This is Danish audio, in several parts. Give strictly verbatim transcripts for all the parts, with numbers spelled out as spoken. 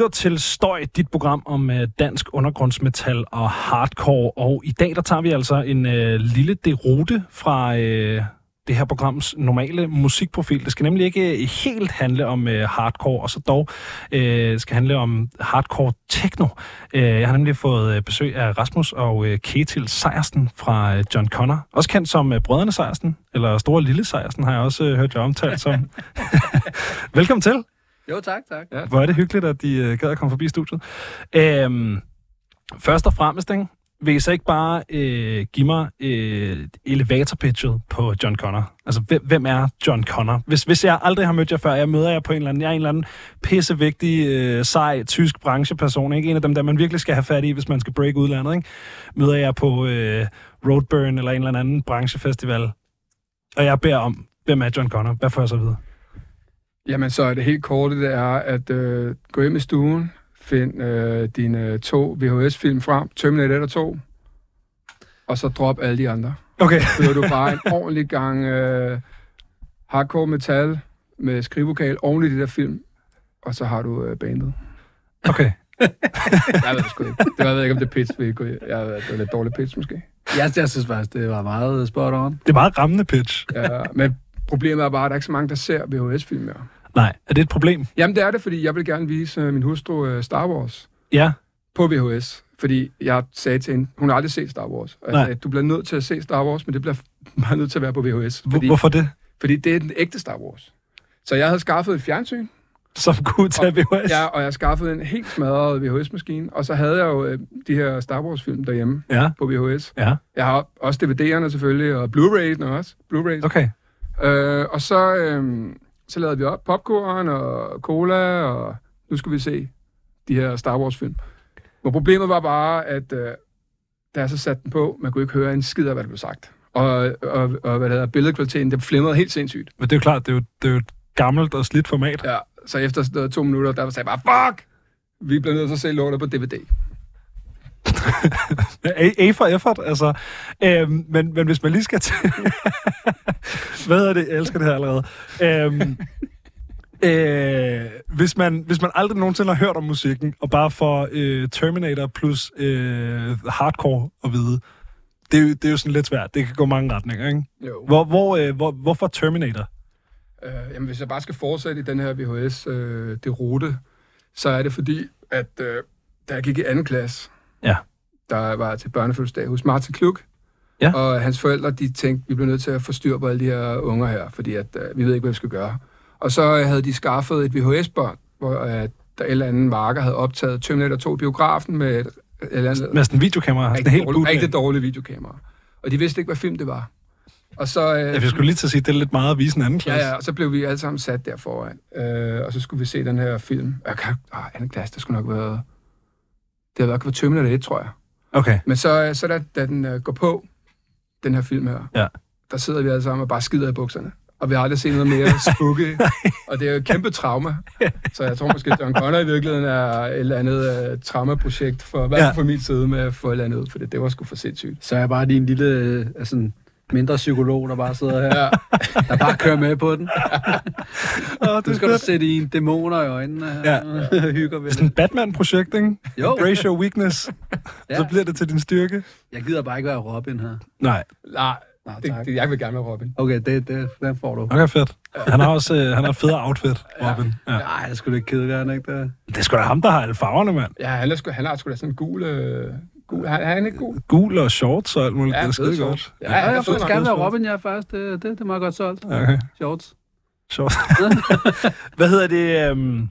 lytter til Støj, dit program om uh, dansk undergrundsmetal og hardcore. Og i dag, der tager vi altså en uh, lille derute fra uh, det her programs normale musikprofil. Det skal nemlig ikke helt handle om uh, hardcore, og så dog uh, skal handle om hardcore techno. Uh, jeg har nemlig fået uh, besøg af Rasmus og uh, Ketil Sejersen fra uh, John Connor. Også kendt som uh, Brødrene Sejersen, eller Store Lille Sejersen, har jeg også uh, hørt jer omtalt som. Velkommen til. Jo, tak, tak. Ja. Hvor er det hyggeligt, at de uh, gad at komme forbi studiet. Øhm, først og fremmest, ikke, vil I så ikke bare uh, give mig uh, elevator-pitchet på John Connor? Altså, hvem, hvem er John Connor? Hvis, hvis jeg aldrig har mødt jer før, jeg møder jer på en eller anden, jeg er en eller anden pissevigtig, uh, sej, tysk brancheperson, ikke? En af dem, der man virkelig skal have fat i, hvis man skal break udlandet, ikke? Møder jeg på uh, Roadburn eller en eller anden branchefestival, og jeg beder om, hvem er John Connor? Hvad får jeg så videre? Jamen, så er det helt korte, det er at øh, gå hjem i stuen, find øh, dine to V H S-film frem, Terminator et og to, og så drop alle de andre. Okay. Så hører du bare en ordentlig gang øh, hardcore metal med skrivevokal oven i de der film, og så har du øh, bandet. Okay. Jeg ved det sgu ikke. Det jeg ved ikke, om det er pitch, vil gå. Jeg ved, det er lidt dårligt pitch, måske. Jeg, jeg synes faktisk, det var meget spot on. Det er meget rammende pitch. Ja, men problemet er bare, at der er ikke så mange, der ser V H S-film mere. Nej, er det et problem? Jamen, det er det, fordi jeg vil gerne vise uh, min hustru uh, Star Wars. Ja. På V H S. Fordi jeg sagde til hende, hun har aldrig set Star Wars. Og jeg sagde, du bliver nødt til at se Star Wars, men det bliver bare nødt til at være på V H S. Fordi, Hvorfor det? Fordi det er den ægte Star Wars. Så jeg havde skaffet et fjernsyn. Som kunne tage V H S? Ja, og jeg skaffede en helt smadret V H S-maskine. Og så havde jeg jo øh, de her Star Wars-film derhjemme ja. på V H S. Ja. Jeg har også D V D'erne selvfølgelig, og Blu-ray'erne også. Blu-rays. Okay. Øh, og så, øh, så lavede vi op popcorn og cola, og nu skulle vi se de her Star Wars-film. Og problemet var bare, at øh, da jeg så satte den på, man kunne ikke høre en skid af, hvad der blev sagt. Og, og, og hvad det hedder, billedkvaliteten, det flimrede helt sindssygt. Men det er jo klart, det er jo, det er jo et gammelt og slidt format. Ja, så efter to minutter, der sagde jeg bare, fuck! Vi bliver nødt til at se lortet på D V D. A, A for effort, altså. Øhm, men, men hvis man lige skal til... Hvad hedder det? Jeg elsker det her allerede. Øhm, øh, hvis, man, hvis man aldrig nogensinde har hørt om musikken, og bare får øh, Terminator plus øh, hardcore at vide, det er, jo, det er jo sådan lidt svært. Det kan gå mange retninger, ikke? Jo. Hvor, hvor, øh, hvor, hvorfor Terminator? Øh, jamen, hvis jeg bare skal fortsætte i den her V H S, øh, det rute, så er det fordi, at øh, da jeg gik i anden klasse, ja. der var jeg til børnefødselsdag hos Martin Kluk, ja. og hans forældre, de tænkte, vi bliver nødt til at få styr på alle de her unger her, fordi at, øh, vi ved ikke, hvad vi skal gøre. Og så øh, havde de skaffet et V H S-bånd, hvor øh, der en eller anden marker havde optaget Terminator to biografen med et eller andet... Med sådan en videokamera. Rigtig, helt dårlig, rigtig dårlig videokamera. Og de vidste ikke, hvad film det var. Og så... Øh, ja, jeg skulle lige til at sige, det er lidt meget at vise en anden klasse. Ja, ja, og så blev vi alle sammen sat der foran. Øh, og så skulle vi se den her film. Jeg kan, åh, anden klasse, det skulle nok være... Det har nok været Terminator et, tror jeg. Okay. Men så, så da, da den uh, går på, den her film her, ja. Der sidder vi alle sammen og bare skider i bukserne. Og vi har aldrig set noget mere spooky. Og det er jo et kæmpe trauma. Så jeg tror måske, at John Connor i virkeligheden er et eller andet uh, traumaprojekt for, hvad ja. For min side med at få et eller andet ud, for det, det var sgu for sindssygt. Så er jeg bare din lille, uh, altså, mindre psykolog, der bare sidder her, ja. Der bare kører med på den. Oh, du skal du sætte i en dæmoner i øjnene ja. Og hygger ved det. Sådan et Batman-projekt, ikke? Jo. Embrace your weakness. Ja. Så bliver det til din styrke. Jeg gider bare ikke være Robin her. Nej. Nej, Nej det, det, jeg vil gerne være Robin. Okay, det, det, den får du. Okay, fedt. Han har også øh, han har federe outfit, Robin. Ja. Ja. Nej, det skulle ikke kede, han ikke det. Det er sgu da ham, der har alle farverne, mand. Ja, han, er sgu, han har sgu da sådan en gul... Øh, gul. Han, han er ikke gul. Gul og shorts og alt muligt. Ja, det er skide godt. Ja, ja, jeg får gerne være Robin, jeg faktisk. Det, det, det er meget godt solgt. Okay. Shorts. Shorts. Hvad hedder det? Um...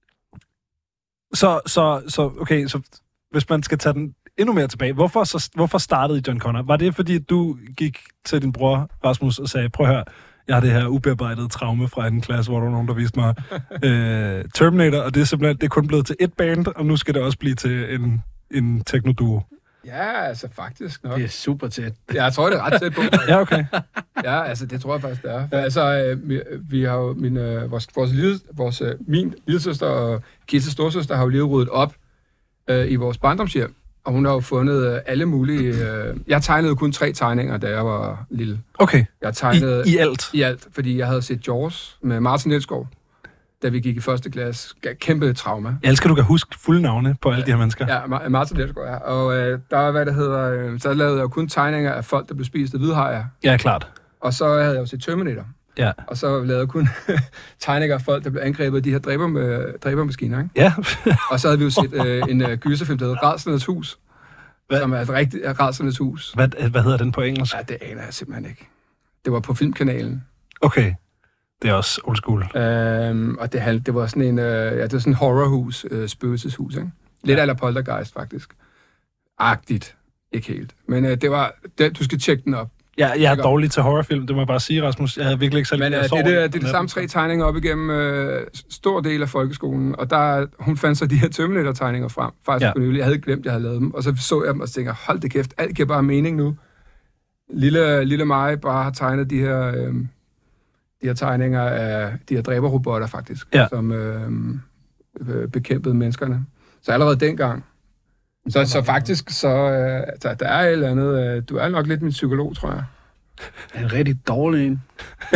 Så, så, så, okay, så hvis man skal tage den endnu mere tilbage, hvorfor, så, hvorfor startede I John Connor? Var det, fordi du gik til din bror Rasmus og sagde, prøv at høre, jeg har det her ubearbejdede traume fra anden klasse, hvor der var nogen, der viste mig øh, Terminator, og det er simpelthen, det er kun blevet til et band, og nu skal det også blive til en, en techno-duo. Ja, altså faktisk nok. Det er super tæt. Ja, jeg tror, det er ret tæt på. Ja, okay. Ja, altså det tror jeg faktisk, det er. Ja. Altså, øh, vi, vi har jo, min, øh, vores, vores, lille, vores øh, min lillesøster og Kittes storsøster har jo lige ryddet op øh, i vores barndomshjem. Og hun har jo fundet øh, alle mulige... Øh, jeg tegnede kun tre tegninger, da jeg var lille. Okay. Jeg tegnede... I, I alt? I alt, fordi jeg havde set Jaws med Martin Nielsgaard. da vi gik i første klasse. Kæmpe trauma. Jeg elsker, du kan huske fulde navne på alle ja, de her mennesker. Ja, Martin Letgaard, ja. Og øh, der var, hvad det hedder, øh, så lavede jeg jo kun tegninger af folk, der blev spist af hvidhajer. Ja, klart. Og så havde jeg jo set Terminator. Ja. Og så lavede jeg kun tegninger af folk, der blev angrebet af de her dræber med, dræbermaskiner, ikke? Ja. Og så havde vi jo set øh, en uh, gyserfilm, der hedder Rædslernes Hus. Hvad? Som er et rigtigt Rædslernes Hus. Hvad, hvad hedder den på engelsk? Ja, det aner jeg simpelthen ikke. Det var på Filmkanalen. Okay. Det er også old school. Øhm, og det, det var sådan en, øh, ja, det var sådan en horrorhus, øh, spøgelseshus, ikke? Lidt ja. Eller Poltergeist, faktisk. Agtigt. Ikke helt. Men øh, det var, det, du skal tjekke den op. Ja, jeg er dårlig til horrorfilm, det må jeg bare sige, Rasmus. Jeg havde virkelig ikke selv... Men øh, det, det, det er de samme tre tegninger op igennem øh, stor del af folkeskolen, og der, hun fandt så de her Terminator-tegninger frem, faktisk ja. På nylig. Jeg havde glemt, jeg havde lavet dem, og så så jeg dem og tænkte, hold det kæft, alt giver bare mening nu. Lille, lille mig bare har tegnet de her, øh, de her tegninger af de her dræberrobotter, faktisk, ja. Som øh, bekæmpede menneskerne. Så allerede dengang. Så, så faktisk, så øh, der, der er et eller andet... Øh, du er nok lidt min psykolog, tror jeg. En rigtig dårlig en.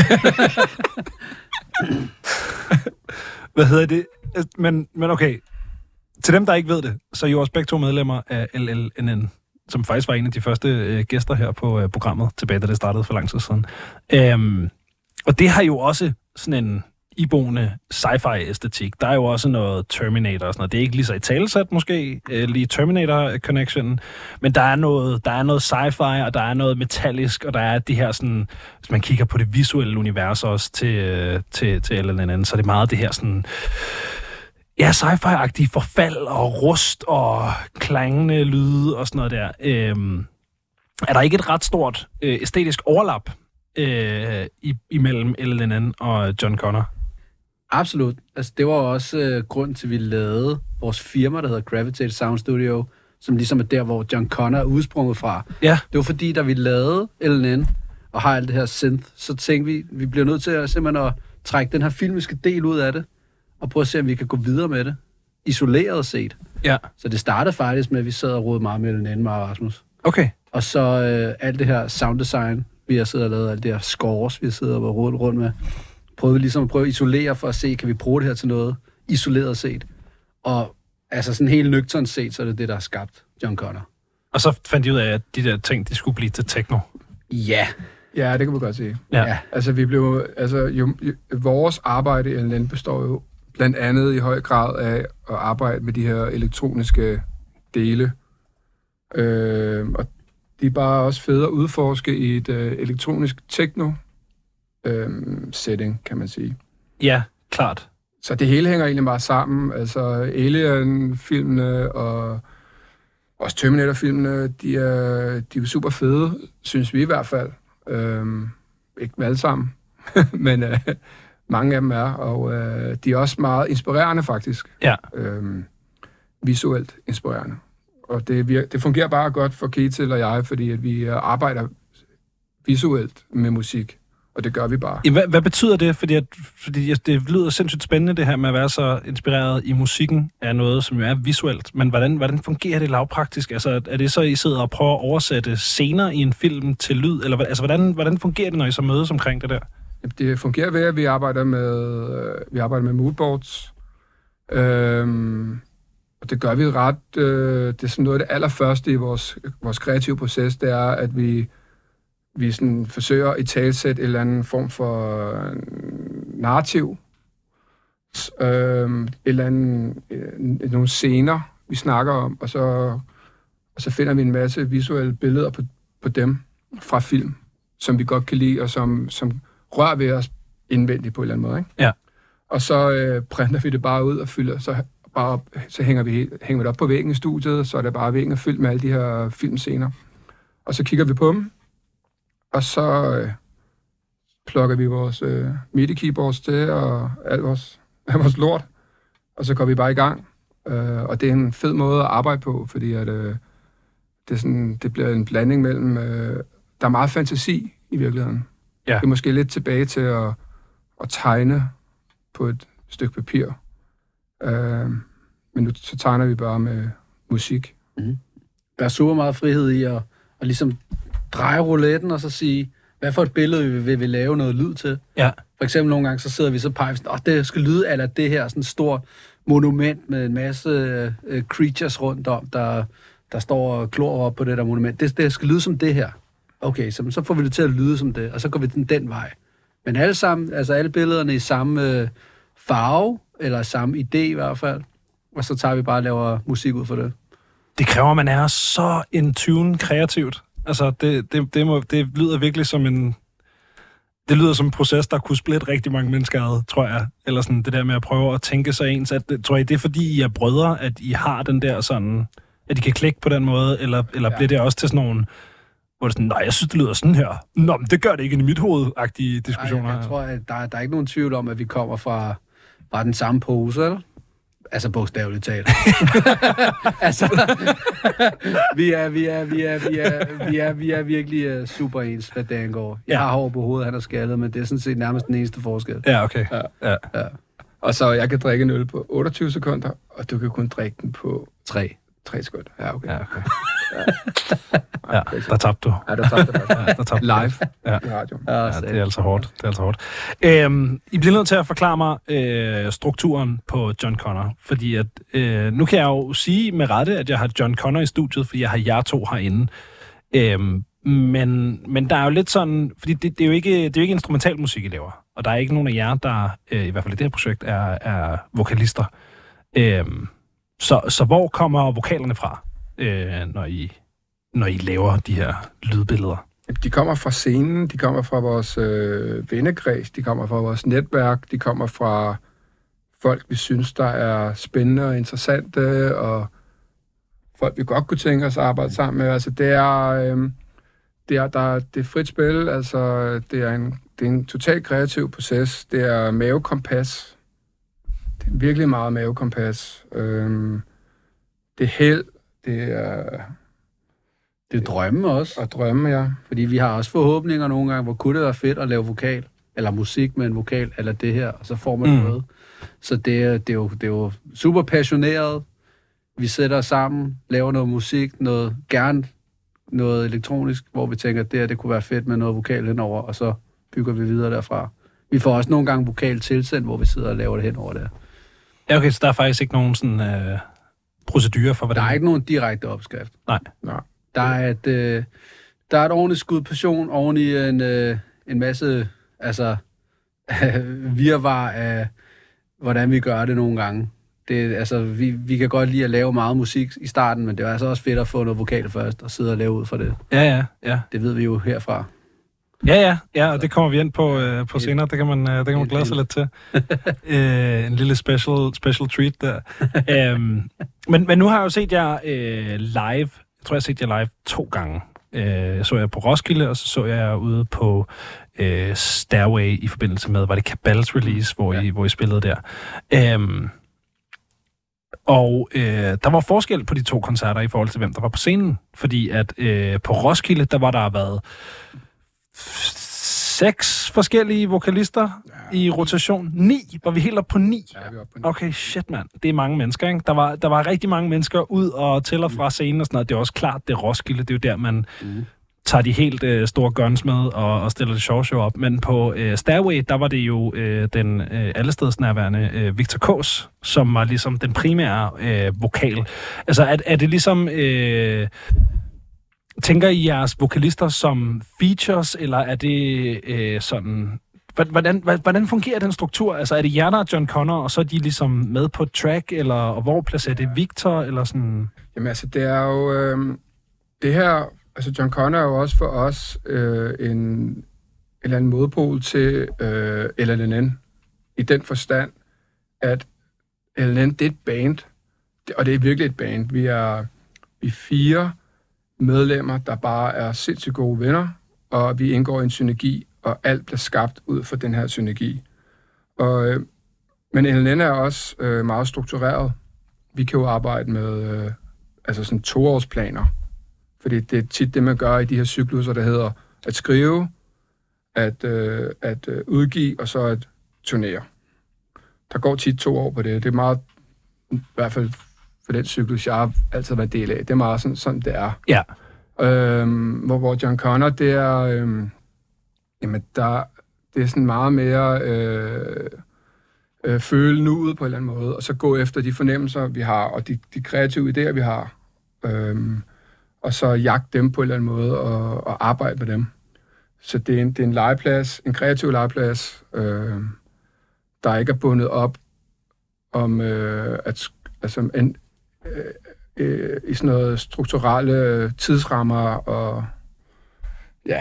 Hvad hedder det? Men, men okay, til dem, der ikke ved det, så er I jo også begge to medlemmer af L L N N, som faktisk var en af de første øh, gæster her på øh, programmet, tilbage da det startede for lang tid siden. Øhm, og det har jo også sådan en iboende sci-fi-æstetik. Der er jo også noget Terminator og sådan noget. Det er ikke lige så i talesat måske, øh, lige Terminator-connection, men der er noget, der er noget sci-fi, og der er noget metallisk, og der er de her sådan, hvis man kigger på det visuelle univers også til, øh, til, til L L N N, så er det meget det her sådan, ja, sci-fi-agtige forfald og rust og klangende lyde og sådan noget der. Øhm, er der ikke et ret stort øh, æstetisk overlap øh, i, imellem L L N N og John Connor? Absolut. Altså, det var også øh, grund til, at vi lavede vores firma, der hedder Gravitate Sound Studio, som ligesom er der, hvor John Connor er udsprunget fra. Ja. Det var fordi, da vi lavede L L N og har alt det her synth, så tænkte vi, vi bliver nødt til at simpelthen at trække den her filmiske del ud af det, og prøve at se, om vi kan gå videre med det. Isoleret set. Ja. Så det startede faktisk med, at vi sad og rodede meget med L L N, mig og Rasmus. Okay. Og så øh, alt det her sound design, vi har siddet og lavet, alt det her scores, vi har siddet og rodet rundt med, prøvede vi ligesom at prøve at isolere for at se, kan vi bruge det her til noget isoleret set. Og altså sådan helt nøgternt set, så er det det, der har skabt John Connor. Og så fandt de ud af, at de der ting, de skulle blive til techno. Ja. Ja, det kan man godt sige. Ja. ja. Altså, vi blev, altså jo, jo, vores arbejde i L L N består jo blandt andet i høj grad af at arbejde med de her elektroniske dele. Øh, og de er bare også fede at udforske i et øh, elektronisk techno øh, setting, kan man sige. Ja, klart. Så det hele hænger egentlig bare sammen. Altså Alien-filmene og også Terminator-filmene, de er, de er super fede, synes vi i hvert fald. Øhm, ikke med alle sammen, men øh, mange af dem er, og øh, de er også meget inspirerende faktisk. Ja. Øhm, visuelt inspirerende. Og det, vir- det fungerer bare godt for Ketil og jeg, fordi at vi arbejder visuelt med musik. Og det gør vi bare. Ja, hvad, hvad betyder det? Fordi, at, fordi det lyder sindssygt spændende, det her med at være så inspireret i musikken af noget, som jo er visuelt. Men hvordan, hvordan fungerer det lavpraktisk? Altså, er det så, I sidder og prøver at oversætte scener i en film til lyd? Eller altså, hvordan, hvordan fungerer det, når I så mødes omkring det der? Det fungerer ved, at vi arbejder med, vi arbejder med moodboards. Øhm, og det gør vi ret... Øh, det er sådan noget af det allerførste i vores, vores kreative proces, det er, at vi... Vi sådan forsøger at italesætte en eller anden form for narrativ. Øhm, et eller andet, øh, nogle scener, vi snakker om, og så, og så finder vi en masse visuelle billeder på, på dem fra film, som vi godt kan lide, og som, som rører ved os indvendigt på en eller anden måde. Ikke? Ja. Og så øh, printer vi det bare ud og fylder, så, bare op, så hænger, vi, hænger vi det op på væggen i studiet, så er det bare væggen er fyldt med alle de her filmscener. Og så kigger vi på dem, og så øh, plukker vi vores øh, MIDI-keyboards til, og alt vores, alt vores lort, og så går vi bare i gang. Øh, og det er en fed måde at arbejde på, fordi at, øh, det, er sådan, det bliver en blanding mellem... Øh, der er meget fantasi i virkeligheden. Ja. Det er måske lidt tilbage til at, at tegne på et stykke papir. Øh, men nu så tegner vi bare med musik. Mm. Der er super meget frihed i at, at ligesom... dreje rouletten og så sige, hvad for et billede vil vi lave noget lyd til? Ja. For eksempel nogle gange, så sidder vi så pejler, åh, det skal lyde eller det her sådan stort monument med en masse øh, creatures rundt om, der, der står og klor op på det der monument. Det, det skal lyde som det her. Okay, så, så får vi det til at lyde som det, og så går vi den, den vej. Men alle sammen, altså alle billederne i samme øh, farve, eller samme idé i hvert fald, og så tager vi bare og laver musik ud for det. Det kræver, at man er så in tune kreativt. Altså, det, det, det, må, det lyder virkelig som en... Det lyder som en proces, der kunne splitte rigtig mange mennesker ad, tror jeg. Eller sådan det der med at prøve at tænke sig ens. At, tror jeg, det er fordi, I er brødre, at I har den der sådan... At I kan klikke på den måde, eller, eller ja. Bliver det også til sådan nogle... Hvor det sådan, nej, jeg synes, det lyder sådan her. Nå, men det gør det ikke i mit hoved-agtige diskussioner. Ej, jeg tror, at der, der er ikke nogen tvivl om, at vi kommer fra, fra den samme pose, eller? Altså bogstaveligt talt. altså, vi er, vi er, vi er, vi er, vi er, vi er virkelig uh, super ens, hvad det angår. Jeg ja. har hår på hovedet, han er skaldet, men det er sådan set nærmest den eneste forskel. Ja, okay. Ja. Ja. Ja. Og så, jeg kan drikke en øl på otteogtyve sekunder, og du kan kun drikke den på tre. Tre sekunder. Ja, okay. Ja, okay. ja, der tabte du. Ja, der tabte du faktisk. Ja, der tabte live ja. i radio. Ja, det er altså hårdt. Det er altså hårdt. Øhm, I bliver nødt til at forklare mig øh, strukturen på John Connor, fordi at, øh, nu kan jeg jo sige med rette, at jeg har John Connor i studiet, fordi jeg har jer to herinde. Øhm, men, men der er jo lidt sådan, fordi det, det, er jo ikke, det er jo ikke instrumental musik, I laver, og der er ikke nogen af jer, der, øh, i hvert fald i det her projekt, er, er vokalister. Øhm, Så, så hvor kommer vokalerne fra, øh, når, I, når I laver de her lydbilleder? De kommer fra scenen, de kommer fra vores øh, vennekreds, de kommer fra vores netværk, de kommer fra folk, vi synes, der er spændende og interessante, og folk, vi godt kunne tænke os at arbejde sammen med. Altså, det er, øh, det er, der, det er frit spil, altså, det er en, det er en totalt kreativ proces, det er mavekompas. Det er virkelig meget mavekompas. Øhm, det er held. Det er... Det er drømme også. Og drømme, ja. Fordi vi har også forhåbninger nogle gange, hvor kunne det være fedt at lave vokal, eller musik med en vokal, eller det her, og så får man mm. noget. Så det, det, er jo, det er jo super passioneret. Vi sætter os sammen, laver noget musik, noget gerne noget elektronisk, hvor vi tænker, at det her, det kunne være fedt med noget vokal henover, og så bygger vi videre derfra. Vi får også nogle gange vokal tilsendt, hvor vi sidder og laver det henover der. Ja, okay, så der er faktisk ikke nogen sådan øh, procedure for, hvordan... Der er ikke nogen direkte opskrift. Nej. Nej. Der er et, øh, der er et ordentligt skud passion oven i en, øh, en masse, altså, virvar af, hvordan vi gør det nogle gange. Det, altså, vi, vi kan godt lide at lave meget musik i starten, men det er altså også fedt at få noget vokal først, og sidde og lave ud fra det. Ja, ja, ja. Det ved vi jo herfra. Ja, ja, ja, og det kommer vi ind på, øh, på senere. Det kan man, øh, det kan man glæde sig lidt til. øh, en lille special, special treat der. øhm, men, men nu har jeg jo set jer øh, live. Jeg tror, jeg har set jer live to gange. Øh, jeg så jeg på Roskilde, og så så jeg jer ude på øh, Stairway i forbindelse med, var det Cabals release, hvor, ja. I, hvor I spillede der. Øhm, og øh, der var forskel på de to koncerter i forhold til, hvem der var på scenen. Fordi at øh, på Roskilde, der var der været seks forskellige vokalister ja. I rotation. Ni? Var vi helt oppe på ni? Ja, vi er oppe på ni. Okay, shit, mand. Det er mange mennesker, ikke? Der var, der var rigtig mange mennesker ud og til og fra scenen og sådan noget. Det er også klart, det er Roskilde. Det er jo der, man mm. tager de helt øh, store guns med og, og stiller det show show op. Men på øh, Stairway, der var det jo øh, den øh, allestedsnærværende øh, Victor K's, som var ligesom den primære øh, vokal. Altså, er, er det ligesom... Øh, Tænker I jeres vokalister som features, eller er det øh, sådan... Hvordan, hvordan fungerer den struktur? Altså, er det jer, der er John Connor, og så er de ligesom med på track, eller og hvor placerer det Victor, eller sådan... Jamen altså, det er jo... Øh, det her... Altså, John Connor er jo også for os øh, en, en eller anden modpol til øh, L N N. I den forstand, at L N N, det er et band. Og det er virkelig et band. Vi er, vi er fire medlemmer, der bare er sindssygt gode venner, og vi indgår i en synergi, og alt bliver skabt ud fra den her synergi. Og, øh, men L N N er også øh, meget struktureret. Vi kan jo arbejde med øh, altså sådan toårsplaner, fordi det er tit det, man gør i de her cykluser, der hedder at skrive, at, øh, at øh, udgive, og så at turnere. Der går tit to år på det. Det er meget, i hvert fald for den cyklus, jeg har altid været del af. Det er meget sådan, sådan det er. Ja. Øhm, hvor, hvor John Connor, det er... Øhm, jamen, der, det er sådan meget mere øh, øh, føle nuet på en eller anden måde, og så gå efter de fornemmelser, vi har, og de, de kreative idéer, vi har, øhm, og så jagte dem på en eller anden måde, og, og arbejde med dem. Så det er en, det er en legeplads, en kreativ legeplads, øh, der ikke er bundet op om øh, at, altså, en, øh, øh, i sådan noget strukturelle tidsrammer, og ja,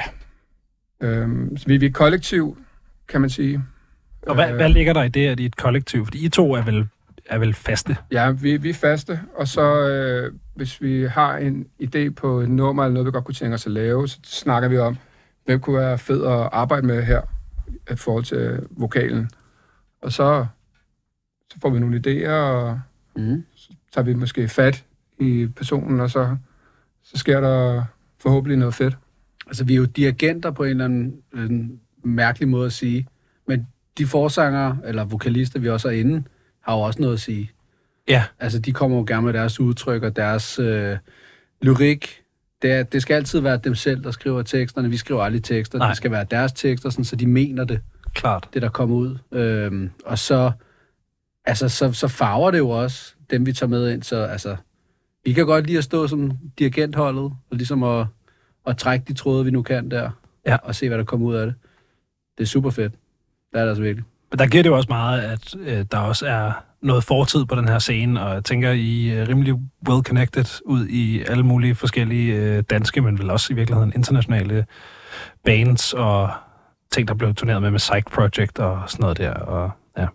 øh, så vi, vi er kollektiv, kan man sige. Og hvad, hvad ligger der i det, at I er et kollektiv? Fordi I to er vel, er vel faste? Ja, vi, vi er faste, og så øh, hvis vi har en idé på et nummer, eller noget, vi godt kunne tænke os at lave, så snakker vi om, hvem kunne være fed at arbejde med her, i forhold til vokalen. Og så, så får vi nogle idéer, og mm. så tager vi måske fat i personen, og så, så sker der forhåbentlig noget fedt. Altså, vi er jo dirigenter på en eller anden en mærkelig måde at sige, men de forsanger, eller vokalister, vi også er inde, har jo også noget at sige. Ja. Altså, de kommer jo gerne med deres udtryk og deres øh, lyrik. Det, er, det skal altid være dem selv, der skriver teksterne. Vi skriver aldrig tekster. Nej. Det skal være deres tekster, sådan, så de mener det. Klart. Det, der kommer ud. Øhm, og så, altså, så, så farver det jo også dem, vi tager med ind. Så altså, vi kan godt lide at stå som dirigentholdet, og ligesom at, at trække de tråde, vi nu kan der, ja. Og se, hvad der kommer ud af det. Det er super fedt. Det er det altså virkelig. Men der giver det jo også meget, at øh, der også er noget fortid på den her scene, og jeg tænker, I er rimelig well-connected ud i alle mulige forskellige øh, danske, men vel også i virkeligheden internationale bands og ting, der blev turneret med med Psych Project og sådan noget der. Og, ja.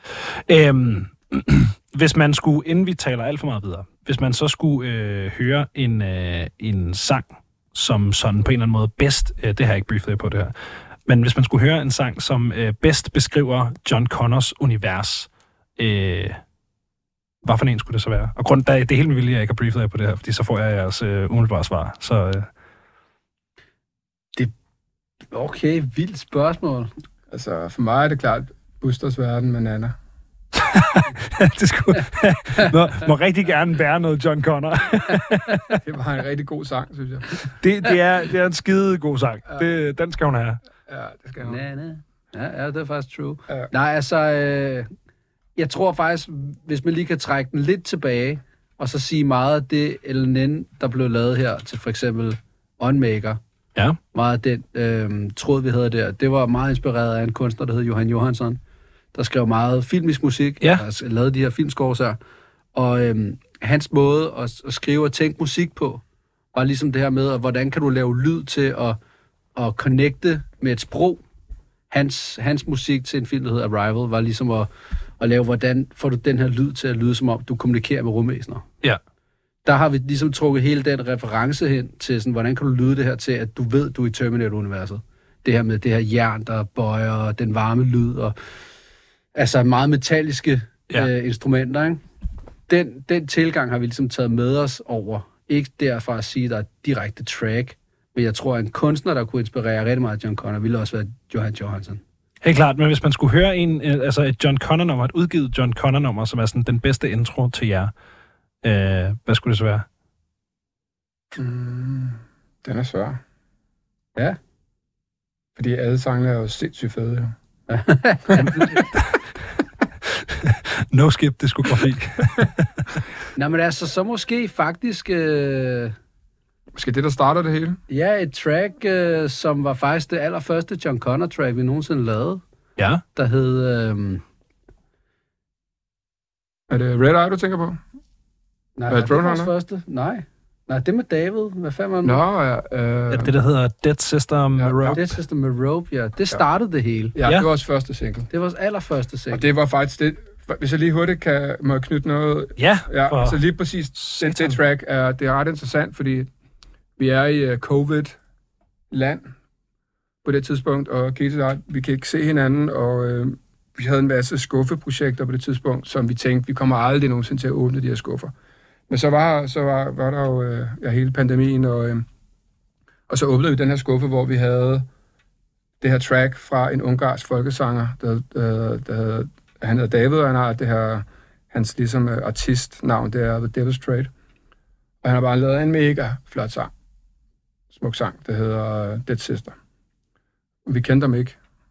øhm, hvis man skulle, inden vi taler alt for meget videre, hvis man så skulle øh, høre en, øh, en sang, som sådan på en eller anden måde bedst, øh, det har jeg ikke briefet på det her, men hvis man skulle høre en sang, som øh, bedst beskriver John Connors univers, øh, hvad for en skulle det så være? Og grund, der, det er helt vildt, at jeg ikke har briefet jer på det her, fordi så får jeg jeres øh, umiddelbare svar. Så, øh. det, okay, vildt spørgsmål. Altså, for mig er det klart Busters Verden med Nana. det skulle, må, må rigtig gerne være noget John Connor. Det var en rigtig god sang, synes jeg. Det, det, er, det er en skide god sang. Ja. Det, den skal hun have. Ja, det skal hun. Nana. Ja, ja, det er faktisk true. Ja. Nej, altså, øh, jeg tror faktisk, hvis man lige kan trække den lidt tilbage, og så sige meget af det L N N, der blev lavet her til for eksempel Unmaker. Ja. Meget af den øh, tråd, vi havde der, det var meget inspireret af en kunstner, der hed Johan Johansson, der skrev meget filmisk musik, ja. Der lavede de her filmscores her. Og øh, hans måde at, at skrive og tænke musik på, var ligesom det her med, at hvordan kan du lave lyd til at, at connecte med et sprog. Hans, hans musik til en film, der hedder Arrival, var ligesom at, at lave, hvordan får du den her lyd til at lyde, som om du kommunikerer med rumvæsener. Ja. Der har vi ligesom trukket hele den reference hen til, sådan, hvordan kan du lyde det her til, at du ved, du er i Terminator-universet. Det her med det her jern, der bøjer, og den varme lyd, og altså meget metalliske ja. øh, instrumenter, ikke? Den, den tilgang har vi ligesom taget med os over. Ikke derfra at sige, at der er et direkte track, men jeg tror, at en kunstner, der kunne inspirere rigtig meget John Connor, ville også være Johan Johansson. Helt klart, men hvis man skulle høre en, altså et John Connor-nummer, et udgivet John Connor-nummer, som er sådan den bedste intro til jer, øh, hvad skulle det så være? Mm, den er svær. Ja. Fordi alle sangene er jo sindssygt fede, jo. No skip diskografi. Nej, men altså, så måske faktisk... Øh, måske det, der starter det hele? Ja, et track, øh, som var faktisk det allerførste John Connor-track, vi nogensinde lavede. Ja. Der hed... Øh, er det Red Eye, du tænker på? Nej, det var vores første. Nej. Nej, det med David. Hvad fanden var det? Nå, ja. Øh... Det, der hedder Dead Sister med ja, Rope. Dead Sister med Rope, ja. Det startede ja. det hele. Ja, ja, det var vores første single. Det var vores allerførste single. Og det var faktisk det... Hvis jeg lige hurtigt kan må jeg knytte noget... Ja. Ja, for... så lige præcis den, det track er, det er ret interessant, fordi vi er i uh, covid-land på det tidspunkt, og vi kan ikke se hinanden, og uh, vi havde en masse skuffeprojekter på det tidspunkt, som vi tænkte, vi kommer aldrig nogensinde til at åbne de her skuffer. Men så var, så var, var der jo uh, ja, hele pandemien, og, uh, og så åbnede vi den her skuffe, hvor vi havde det her track fra en ungarsk folkesanger, der, der, der han hedder David, og han har det her, hans ligesom uh, artistnavn, det er The Devil's Trade. Og han har bare lavet en mega flot sang. Smuk sang, det hedder uh, Dead Sister. Vi kendte ham ikke.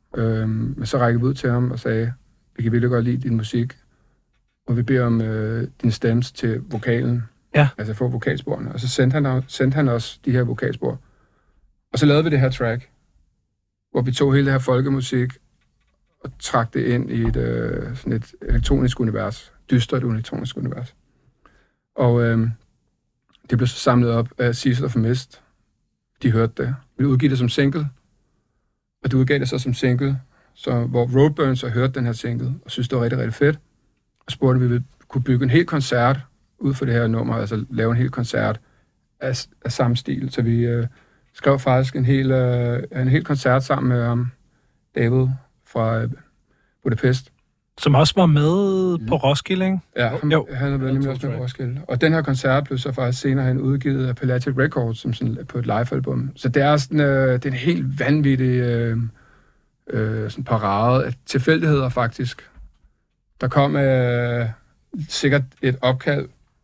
Øhm, men så rækkede vi ud til ham og sagde, vi kan virkelig godt lide din musik, og vi beder om øh, din stems til vokalen, ja. altså få vokalsporene. Og så sendte han, sendte han os de her vokalspor. Og så lavede vi det her track, hvor vi tog hele det her folkemusik og trak det ind i et, øh, sådan et elektronisk univers, dystert elektronisk univers. Og øh, det blev så samlet op af Seasons of Mist. De hørte det. Vi udgav det som single, og de udgav det så som single, så, hvor Roadburn så hørte den her single, og synes det var rigtig, rigtig fedt, og spurgte, om vi ville kunne bygge en hel koncert ud for det her nummer, altså lave en hel koncert af, af samme stil. Så vi øh, skrev faktisk en hel, øh, en hel koncert sammen med um, David fra øh, Budapest. Som også var med mm. på Roskilde, ikke? Ja, han, jo. han har været nemlig også med på Roskilde. Og den her koncert blev så faktisk senere hen udgivet af Palladium Records som sådan, på et live-album. Så det er, sådan, øh, det er en helt vanvittig øh, øh, sådan parade af tilfældigheder, faktisk. Der kom øh, sikkert et opkald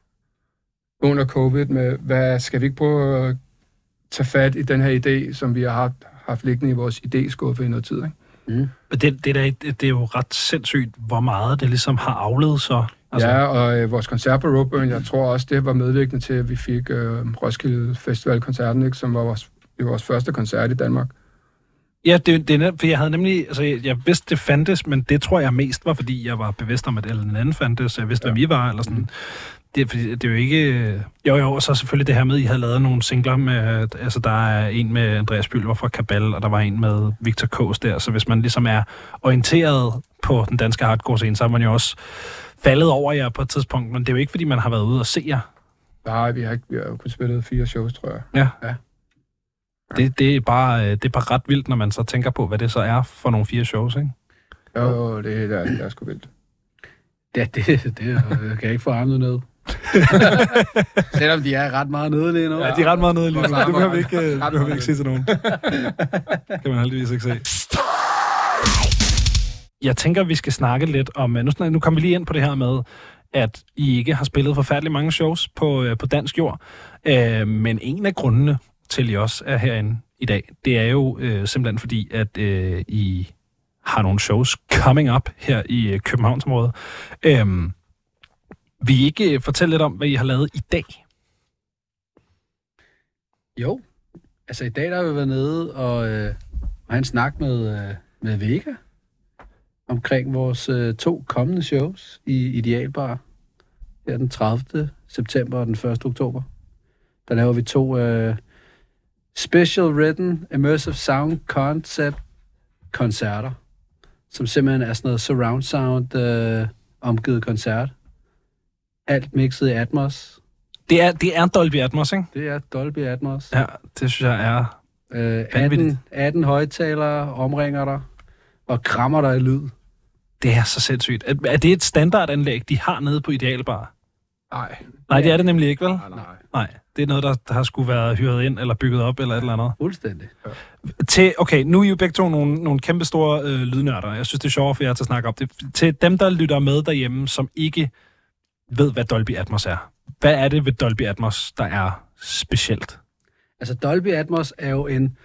under covid med, hvad skal vi ikke prøve at tage fat i den her idé, som vi har haft, haft liggende i vores idéskuffe i noget tid, ikke? Mm. Det, det, der, det er jo ret sindssygt, hvor meget det ligesom har afledt så. Altså. Ja, og øh, vores koncert på Roadburn, jeg tror også, det var medvirkende til, at vi fik øh, Roskilde Festival-koncerten, ikke, som var vores, vores første koncert i Danmark. Ja, det, det er, for jeg havde nemlig, altså jeg, jeg vidste, det fandtes, men det tror jeg mest var, fordi jeg var bevidst om, at en anden fandtes, jeg vidste, ja. Hvem I var, eller sådan. Mm. Det, fordi det er jo ikke... Jo, jo, og så selvfølgelig det her med, at I havde lavet nogle singler med... Altså, der er en med Andreas Bylver fra Kabal, og der var en med Victor Kås der. Så hvis man ligesom er orienteret på den danske hardcore-scene, så er man jo også faldet over jer på et tidspunkt. Men det er jo ikke, fordi man har været ude og se jer. Nej, vi har, ikke, vi har jo kun spillet fire shows, tror jeg. Ja. ja. Det, det, er bare, det er bare ret vildt, når man så tænker på, hvad det så er for nogle fire shows, ikke? Jo, det er, det er sgu vildt. Ja, det, det kan jeg ikke få armet ned. Selvom de er ret meget nede lige nu. Ja, de er ret meget nede lige nu. Det behøver vi ikke, det behøver vi ikke sige til nogen. Det kan man heldigvis ikke se. Jeg tænker, vi skal snakke lidt om... Nu, nu kommer vi lige ind på det her med, at I ikke har spillet forfærdeligt mange shows på, på dansk jord. Øh, men en af grundene til, at I også er herinde i dag, det er jo øh, simpelthen fordi, at øh, I har nogle shows coming up her i Københavnsområdet. Øh, Vil I ikke fortælle lidt om, hvad I har lavet i dag? Jo. Altså i dag der har vi været nede og øh, have en snak med, øh, med Vega omkring vores øh, to kommende shows i Idealbar. Her den tredivte september og den første oktober. Der laver vi to øh, Special Written Immersive Sound Concept koncerter, som simpelthen er sådan noget surround sound øh, omgivet koncert. Alt mixet i Atmos. Det er, det er Dolby Atmos, ikke? Det er Dolby Atmos. Ja, det synes jeg er øh, atten, atten højtalere omringer dig og krammer dig i lyd. Det er så sindssygt. Er, er det et standardanlæg, de har nede på Idealbar? Nej. Nej, det er det nemlig ikke, vel? Nej, nej. Nej, det er noget, der, der har skulle være hyret ind eller bygget op eller et eller andet. Fuldstændig. Ja. Til, okay, nu er I jo begge to nogle, nogle kæmpe store øh, lydnørder. Jeg synes, det er sjovere for jer til at snakke om det. Til dem, der lytter med derhjemme, som ikke ved, hvad Dolby Atmos er. Hvad er det ved Dolby Atmos, der er specielt? Altså, Dolby Atmos er jo en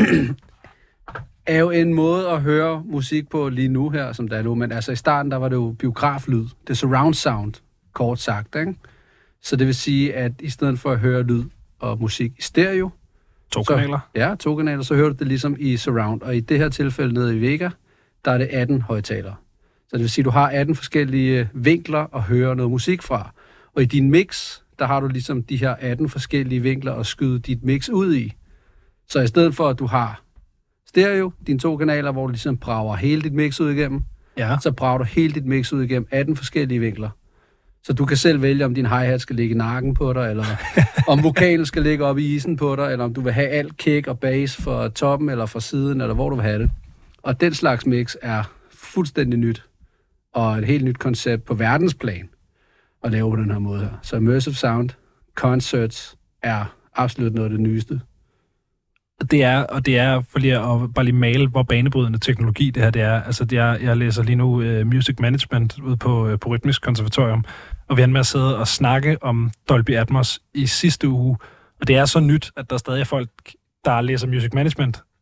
er jo en måde at høre musik på lige nu her, som der er nu. Men altså, i starten, der var det jo biograflyd. Det er surround sound, kort sagt, ikke? Så det vil sige, at i stedet for at høre lyd og musik i stereo... To kanaler? Så, ja, to kanaler, så hører du det ligesom i surround. Og i det her tilfælde nede i Vega, der er det atten højtalere. Så det vil sige, at du har atten forskellige vinkler at høre noget musik fra. Og i din mix, der har du ligesom de her atten forskellige vinkler at skyde dit mix ud i. Så i stedet for, at du har stereo, dine to kanaler, hvor du ligesom brager hele dit mix ud igennem, ja. så brager du hele dit mix ud igennem atten forskellige vinkler. Så du kan selv vælge, om din hi-hat skal ligge i nakken på dig, eller om vokalen skal ligge op i isen på dig, eller om du vil have alt kick og bass fra toppen eller fra siden, eller hvor du vil have det. Og den slags mix er fuldstændig nyt, og et helt nyt koncept på verdensplan at lave på den her måde her. Så Immersive Sound Concerts er absolut noget af det nyeste. Det er, og det er, for lige at bare lige male, hvor banebrydende teknologi det her det er. Altså, det er, jeg læser lige nu uh, Music Management ude på, uh, på Rytmisk Konservatorium, og vi er med at sidde og snakke om Dolby Atmos i sidste uge, og det er så nyt, at der stadig er folk, der læser Music Management,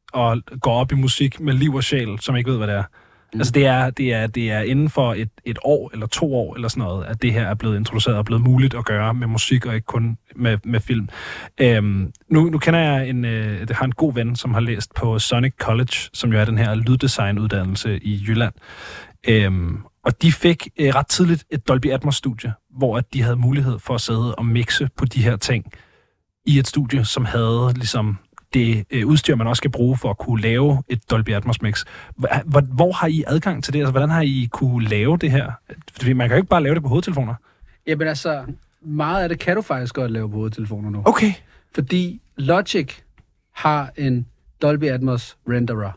og går op i musik med liv og sjæl, som ikke ved, hvad det er. Mm. Altså det er, det, er, det er inden for et, et år eller to år eller sådan noget, at det her er blevet introduceret og blevet muligt at gøre med musik og ikke kun med, med film. Øhm, nu, nu kender jeg en, øh, det har en god ven, som har læst på Sonic College, som jo er den her lyddesignuddannelse i Jylland. Øhm, og de fik øh, ret tidligt et Dolby Atmos-studie, hvor at de havde mulighed for at sidde og mixe på de her ting i et studie, som havde ligesom det øh, udstyr, man også skal bruge for at kunne lave et Dolby Atmos mix. Hvor, hvor har I adgang til det? Altså, hvordan har I kunne lave det her? Fordi man kan jo ikke bare lave det på hovedtelefoner. Jamen altså, meget af det kan du faktisk godt lave på hovedtelefoner nu. Okay. Fordi Logic har en Dolby Atmos renderer.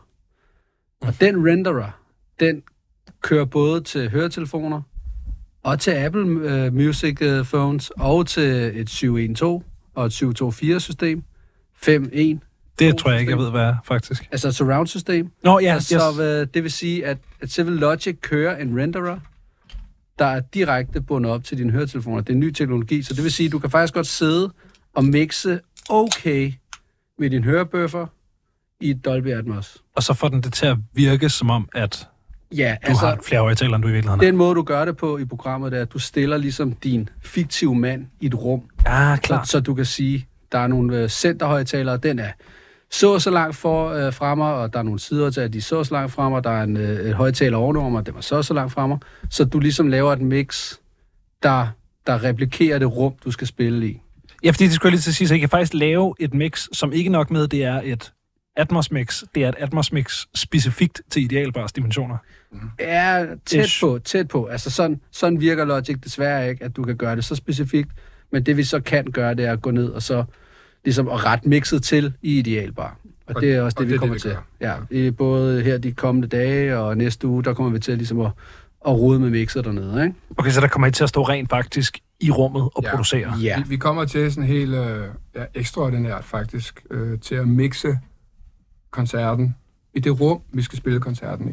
Og den renderer, den kører både til høretelefoner, og til Apple uh, Music uh, phones, og til et syv et to og et syv to fire system. fem en Det tror jeg ikke, jeg ved, hvad er, faktisk. Altså et surround-system. Nå, ja, yes, yes. Så det vil sige, at, at Civil Logic kører en renderer, der er direkte bundet op til dine høretelefoner. Det er en ny teknologi, så det vil sige, at du kan faktisk godt sidde og mixe okay med din hørebøffer i et Dolby Atmos. Og så får den det til at virke som om, at ja, du altså, har flere højtalere, end du i virkeligheden har. Den måde, du gør det på i programmet, det er, at du stiller ligesom din fiktive mand i et rum. Ja, klart. Så, så du kan sige, der er nogle øh, centerhøjtalere, den er så så langt for øh, fra mig, og der er nogle sider til, at de er så så langt fra mig, der er en øh, højtaler ovenover mig, den var så så langt fra mig. Så du ligesom laver et mix, der, der replikerer det rum, du skal spille i. Ja, fordi det skulle jeg lige til at sige, så I kan faktisk lave et mix, som ikke nok med, det er et Atmos mix, det er et Atmos mix specifikt til idealbars dimensioner. Ja, tæt Ish. på, tæt på. Altså sådan, sådan virker Logic desværre ikke, at du kan gøre det så specifikt, men det vi så kan gøre, det er at gå ned og så ligesom at rette mixet til i idealbar. Og, og det er også det, vi det, kommer det, til. Ja, i både her de kommende dage og næste uge, der kommer vi til ligesom at, at rode med mixet dernede, ikke? Okay, så der kommer I til at stå rent faktisk i rummet og ja. producere? Ja. Vi, vi kommer til sådan helt øh, ja, ekstraordinært faktisk, øh, til at mixe koncerten i det rum, vi skal spille koncerten i.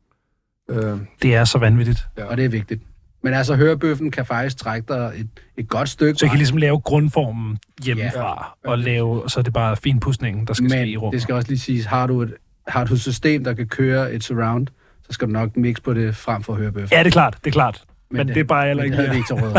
Øh, det er så vanvittigt. Ja. Og det er vigtigt. Men altså, hørebøffen kan faktisk trække dig et, et godt stykke. Så I kan ligesom lave grundformen hjemmefra, ja. og lave, så er det bare finpudsningen, der skal Men ske i rummet. Det skal også lige siges, har du, et, har du et system, der kan køre et surround, så skal du nok mixe på det frem for hørebøffen. Ja, det er klart, det er klart. Men, men det, det er bare heller ikke... Det havde vi ikke til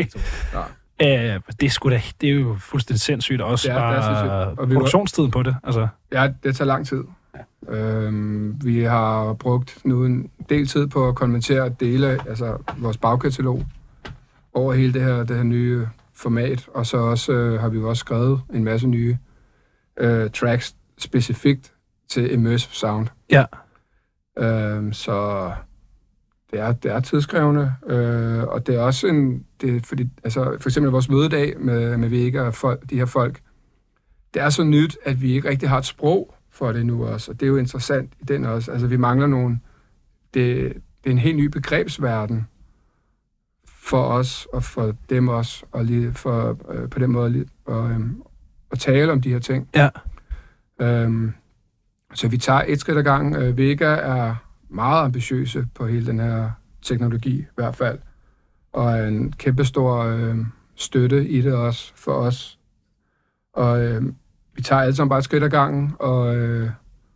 råd. Øh, det, sgu da, det er jo fuldstændig sindssygt også, ja, bare produktionstiden på det. Altså. Ja, det tager lang tid. Ja. Øhm, vi har brugt nu en del tid på at konvertere dele, altså vores bagkatalog, over hele det her, det her nye format, og så også, øh, har vi også skrevet en masse nye øh, tracks specifikt til immersive sound. Ja. Øhm, så det er, det er tidskrævende, øh, og det er også en, det, fordi, altså for eksempel vores mødedag med, med Vega og folk, de her folk, det er så nyt, at vi ikke rigtig har et sprog for det nu også, og det er jo interessant i den også. Altså vi mangler nogle, det, det er en helt ny begrebsverden for os og for dem også, og lige for øh, på den måde lige, og, øh, at tale om de her ting. Ja. Øhm, så vi tager et skridt ad gangen. Øh, Vega er meget ambitiøse på hele den her teknologi i hvert fald, og en kæmpestor øh, støtte i det også for os. Og øh, vi tager alle sammen bare et skridt ad gangen, og, øh,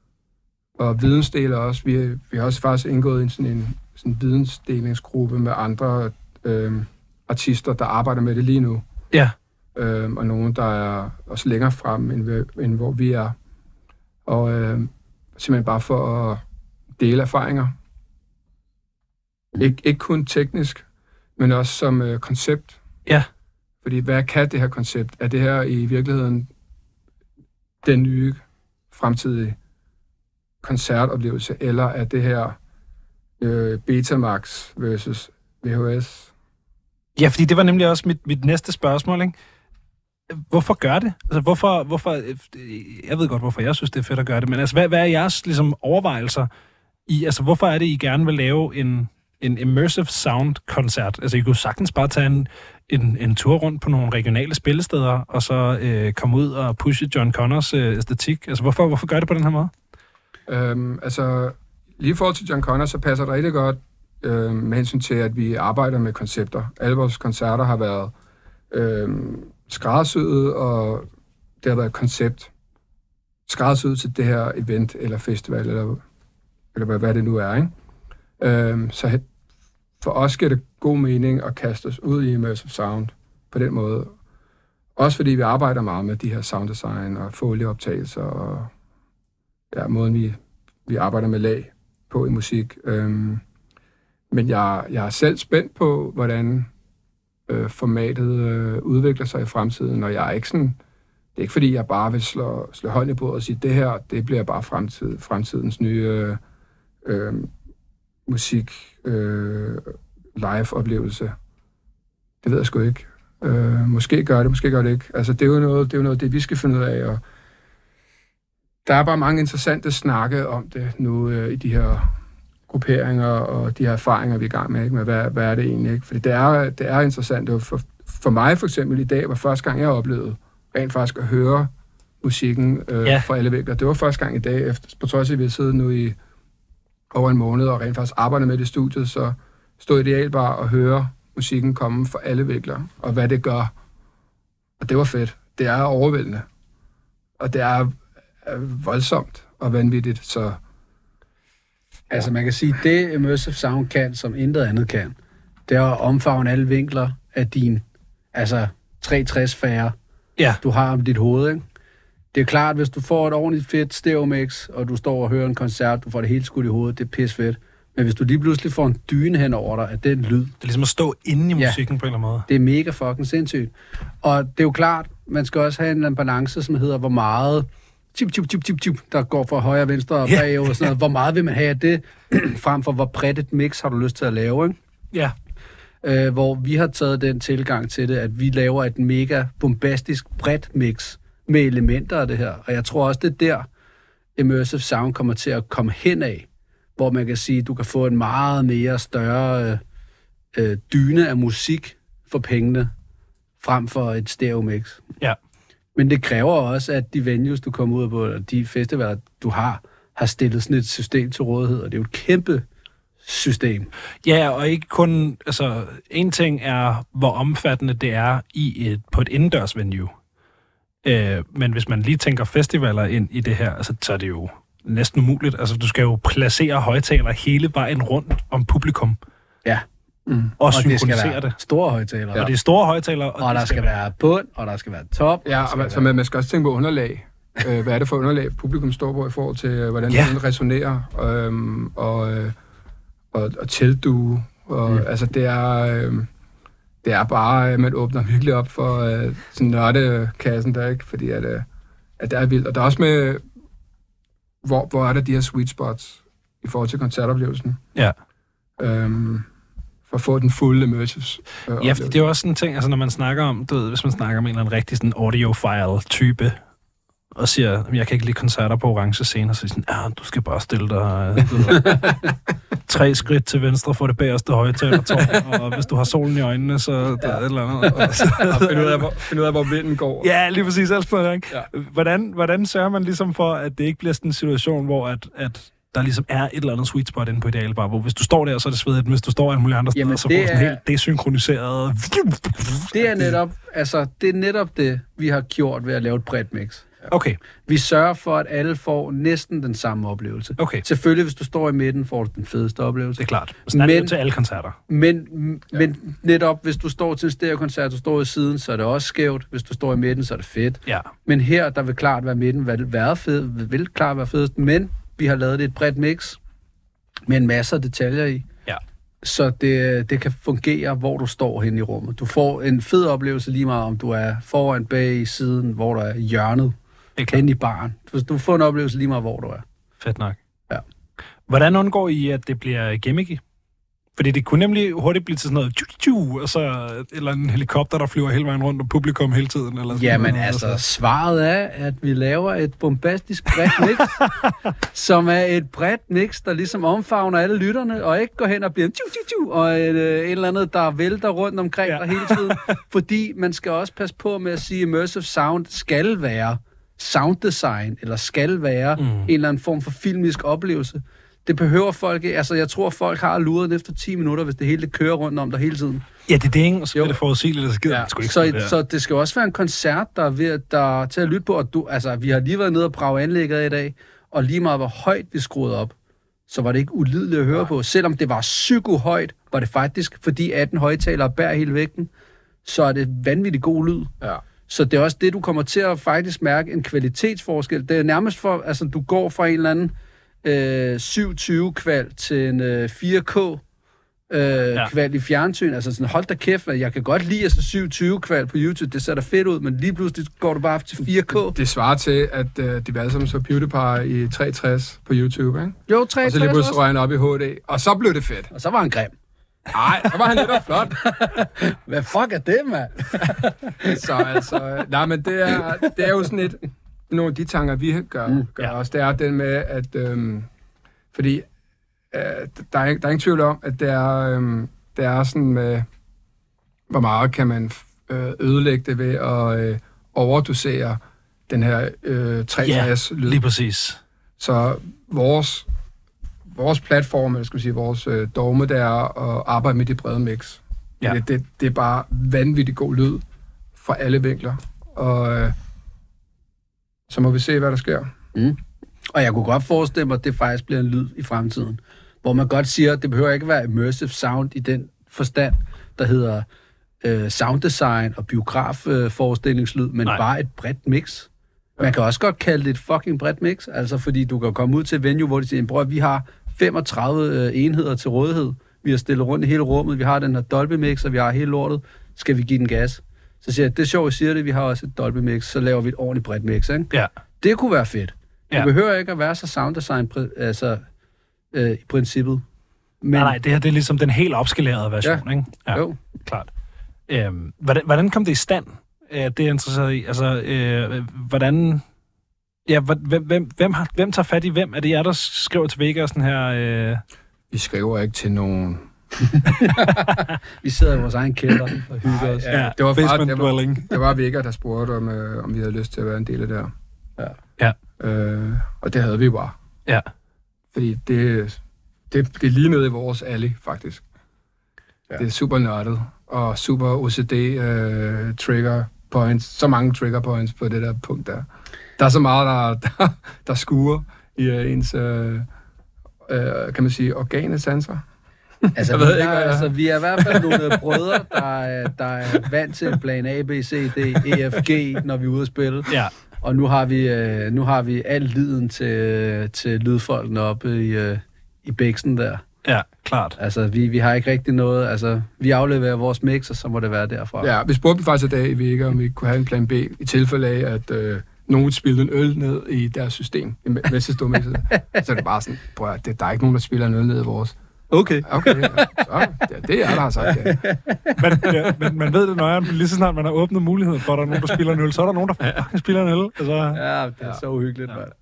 og vidensdeler også. Vi, vi har også faktisk indgået i sådan en sådan en vidensdelingsgruppe med andre øh, artister, der arbejder med det lige nu. Ja. Øh, og nogen, der er også længere frem, end, end hvor vi er. Og øh, simpelthen bare for at dele erfaringer. Ik- ikke kun teknisk, men også som øh, koncept. Ja. Fordi hvad kan det her koncept? Er det her i virkeligheden den nye fremtidige koncertoplevelse, eller er det her øh, Betamax versus V H S? Ja, fordi det var nemlig også mit, mit næste spørgsmål, ikke? Hvorfor gør det? Altså, hvorfor, hvorfor... Jeg ved godt, hvorfor jeg synes, det er fedt at gøre det, men altså, hvad, hvad er jeres ligesom, overvejelser i... Altså, hvorfor er det, I gerne vil lave en, en immersive sound-koncert? Altså, I kunne sagtens bare tage en, en, en tur rundt på nogle regionale spillesteder, og så øh, komme ud og pushe John Connors øh, æstetik. Altså, hvorfor, hvorfor gør det på den her måde? Øhm, altså, lige i forhold til John Connor, så passer det rigtig godt øh, med hensyn til, at vi arbejder med koncepter. Alle vores koncerter har været øh, skræddersyet, og det har været et koncept. skræddersyet til det her event, eller festival, eller, eller hvad, hvad det nu er, ikke? Øhm, så for os giver det god mening at kaste os ud i immersive sound på den måde. Også fordi vi arbejder meget med de her sounddesign og folieoptagelser og ja, måden vi, vi arbejder med lag på i musik. Øhm, men jeg, jeg er selv spændt på, hvordan øh, formatet øh, udvikler sig i fremtiden, og jeg er ikke sådan, det er ikke fordi, jeg bare vil slå, slå hånd i bordet og sige, det her, det bliver bare fremtid, fremtidens nye øh, øh, musik, øh, live-oplevelse. Det ved jeg sgu ikke. Øh, måske gør det, måske gør det ikke. Altså, det er jo noget, det er jo noget, det vi skal finde ud af, og der er bare mange interessante snakke om det nu øh, i de her grupperinger og de her erfaringer, vi er i gang med, ikke? Med hvad, hvad er det egentlig, ikke? Fordi det er, det er interessant. Det for, for mig for eksempel i dag var første gang, jeg oplevede rent faktisk at høre musikken øh, ja. fra alle vinkler. Det var første gang i dag, efter, på trods af, at vi har siddet nu i over en måned og rent faktisk arbejdet med det i studiet, så stod ideelt bare at høre musikken komme fra alle vinkler, og hvad det gør. Og det var fedt. Det er overvældende. Og det er, er voldsomt og vanvittigt, så... Altså, man kan sige, det immersive sound kan, som intet andet kan, det er at omfavne alle vinkler af din, altså, tre hundrede og tres sfære, ja. du har om dit hoved, ikke? Det er klart, hvis du får et ordentligt fedt stereo-mix, og du står og hører en koncert, du får det helt skudt i hovedet, det er pis fedt. Men hvis du lige pludselig får en dyne hen over dig af den lyd... Det er ligesom at stå inde i musikken ja, på en eller anden måde. Det er mega fucking sindssygt. Og det er jo klart, man skal også have en eller anden balance, som hedder, hvor meget... Tip, tip, tip, tip, tip, der går fra højre, venstre og bagover og sådan noget. Hvor meget vil man have af det, frem for hvor bredt et mix har du lyst til at lave, ikke? Ja. Øh, hvor vi har taget den tilgang til det, at vi laver et mega bombastisk bredt mix med elementer af det her. Og jeg tror også, det er der, immersive sound kommer til at komme hen af, hvor man kan sige, at du kan få en meget mere større øh, dyne af musik for pengene, frem for et stereo-mix. Ja. Men det kræver også, at de venues, du kommer ud på, og de festivaler, du har, har stillet sådan et system til rådighed, og det er jo et kæmpe system. Ja, og ikke kun... Altså, en ting er, hvor omfattende det er i et, på et indendørs venue. Øh, men hvis man lige tænker festivaler ind i det her, altså, så er det jo næsten umuligt. Altså, du skal jo placere højtalere hele vejen rundt om publikum. Ja. Mm. Og, og synkronisere det. det. Store højtalere. Ja. Og det er store højtalere. Og, og der skal, skal være bund, og der skal være top. Ja, og altså, man skal også tænke på underlag. øh, hvad er det for underlag, publikum står på i forhold til, øh, hvordan ja. den resonerer, øhm, og, øh, og, og tildue. Og, mm. Altså, det er, øh, det er bare, at man åbner virkelig op for øh, sådan nørdekassen der, ikke? Fordi at, øh, at det er vildt. Og der er også med, hvor, hvor er der de her sweet spots i forhold til koncertoplevelsen. Ja. Øhm, for at få den fulde immersive øh, ja, for det er jo også sådan en ting, altså når man snakker om, du ved, hvis man snakker om en eller anden rigtig sådan audiophile-type, og siger, jeg kan ikke lide koncerter på orange scene, og så siger sådan, ja, du skal bare stille dig du ved, tre skridt til venstre for det bagerste højtalertårn, og hvis du har solen i øjnene, så ja. der er et eller andet. Og finde ud af, hvor, find ud af, hvor vinden går. Ja, lige præcis. Altså, ja. hvordan, hvordan sørger man ligesom for, at det ikke bliver sådan en situation, hvor at, at der ligesom er et eller andet sweet spot inde på Idealbar, hvor hvis du står der, så er det svedigt, hvis du står alle mulige andre steder, så får du sådan er, helt desynkroniseret. Det er netop, altså, det er netop det, vi har gjort ved at lave et bredt mix. Okay. Vi sørger for, at alle får næsten den samme oplevelse. Okay. Selvfølgelig, hvis du står i midten, får du den fedeste oplevelse. Det er klart. Men det er til alle koncerter. Men, ja. men netop, hvis du står til en stereokoncert, du står i siden, så er det også skævt. Hvis du står i midten, så er det fedt. Ja. Men her, der vil klart være midten, vil være fed, vil klart være fedest, men vi har lavet det et bredt mix med en masse af detaljer i. Ja. Så det, det kan fungere, hvor du står hen i rummet. Du får en fed oplevelse lige meget, om du er foran, bag, i siden, hvor der er hjørnet. Hen i baren. Du, du får en oplevelse lige meget, hvor du er. Fedt nok. Ja. Hvordan undgår I, at det bliver gimmicky? Fordi det kunne nemlig hurtigt blive til sådan noget, tju, tju, og så eller en helikopter, der flyver hele vejen rundt om publikum hele tiden. Eller sådan Jamen noget, altså, svaret er, at vi laver et bombastisk bredt mix, som er et bredt mix, der ligesom omfavner alle lytterne, og ikke går hen og bliver tju, tju, tju, og et, et eller andet, der vælter rundt omkring ja. dig hele tiden. Fordi man skal også passe på med at sige, at immersive sound skal være sounddesign, eller skal være mm. en eller anden form for filmisk oplevelse. Det behøver folk ikke. Altså, jeg tror, folk har luret efter ti minutter, hvis det hele det kører rundt om der hele tiden. Ja, det er det, ikke? Og så bliver det forudsigeligt, og så gider ja. man sgu ikke. Så, det så det skal også være en koncert, der er ved, der, til at lytte på. Og du, altså, vi har lige været nede og brage anlægget i dag, og lige meget hvor højt vi skruede op, så var det ikke ulideligt at høre ja. på. Selvom det var psyko-højt, var det faktisk, fordi atten højtalere bærer hele vægten, så er det vanvittigt god lyd. Ja. Så det er også det, du kommer til at faktisk mærke en kvalitetsforskel. Det er nærmest for, altså du går fra en eller anden øh, syv tyve kval til en øh, fire K øh, ja. kval i fjernsyn. Altså sådan, hold da kæft, jeg kan godt lide altså syv tyve kval på YouTube, det ser da fedt ud, men lige pludselig går du bare til fire K. Det, det svarer til, at øh, de var alle sammen så PewDiePie i tre tres på YouTube, ikke? Jo, tre tres og så lige pludselig røg han op i H D, og så blev det fedt. Og så var han grim. Nej, så var han lidt og flot. Hvad fuck er det, mand? Så altså, nej, men det er, det er jo sådan et, nogle af de tanker, vi gør, mm, gør ja. også, det er den med, at, øhm, fordi øh, der, er, der er ingen tvivl om, at det er, øhm, det er sådan med, hvor meget kan man øh, ødelægge det ved at øh, overdosere den her øh, tre tres-lyd. Ja, lige præcis. Så vores... Vores platform, eller skal vi sige, vores øh, dogme, det er at arbejde med de brede mix. Ja. Det, det, det er bare vanvittigt god lyd fra alle vinkler. Og øh, så må vi se, hvad der sker. Mm. Og jeg kunne godt forestille mig, at det faktisk bliver en lyd i fremtiden. Hvor man godt siger, at det behøver ikke være immersive sound i den forstand, der hedder øh, sounddesign og biografforestillingslyd, øh, men Nej. bare et bredt mix. Man kan også godt kalde det et fucking bredt mix, altså fordi du kan komme ud til et venue, hvor de siger, bror, vi har femogtredive øh, enheder til rådighed. Vi har stillet rundt i hele rummet. Vi har den her Dolby Mix, og vi har hele lortet. Skal vi give den gas? Så siger jeg, det er sjovt, I siger det. Vi har også et Dolby Mix. Så laver vi et ordentligt bredt mix, ikke? Ja. Det kunne være fedt. Det ja. behøver ikke at være så sounddesign altså, øh, i princippet. Men... Nej, nej, det her det er ligesom den helt opskalerede version, ja. ikke? Ja, jo. Klart. Øhm, hvordan, hvordan kom det i stand? Øh, det er jeg interesseret i. Altså, øh, hvordan... Ja, hvem, hvem, hvem, har, hvem tager fat i hvem? Er det jer, der skriver til Vega sådan her... Øh... Vi skriver ikke til nogen. Vi sidder i vores egen kælder og hygger os. Ja, det var faktisk, det var, det var Vega, der spurgte, om, øh, om vi havde lyst til at være en del af det her. Ja. ja. Øh, og det havde vi bare. Ja. Fordi det, det, det er lige nede i vores alley, faktisk. Ja. Det er super nørdet, og super O C D øh, trigger points. Så mange trigger points på det der punkt der. Der er så meget, der, der, der skuer i uh, ens, uh, uh, kan man sige, organesanser. Altså, vi, ikke, er, altså, vi er i hvert fald nogle brødre, der, der er vant til plan A, B, C, D, E, F, G, når vi er ude at spille. Ja. Og nu har vi, uh, nu har vi al lyden til, til lydfolkene oppe i, uh, i bæksen der. Ja, klart. Altså, vi, vi har ikke rigtig noget... Altså, vi afleverer vores mix, og så må det være derfra. Ja, vi spurgte dem faktisk i dag i Vega, om vi kunne have en plan B, i tilfælde af, at... Uh, nogen spiller en øl ned i deres system, i Vesteståmixet. Så er det bare sådan, prøv at, det, der er ikke nogen, der spiller en øl ned i vores. Okay. Okay, ja. Så, det, det er jeg, der har sagt det. Men, ja, men man ved det nøje, lige så snart man har åbnet muligheden for, at der er nogen, der spiller en øl, så er der nogen, der fucking spiller en øl. Altså, ja, det er ja. så uhyggeligt, mand.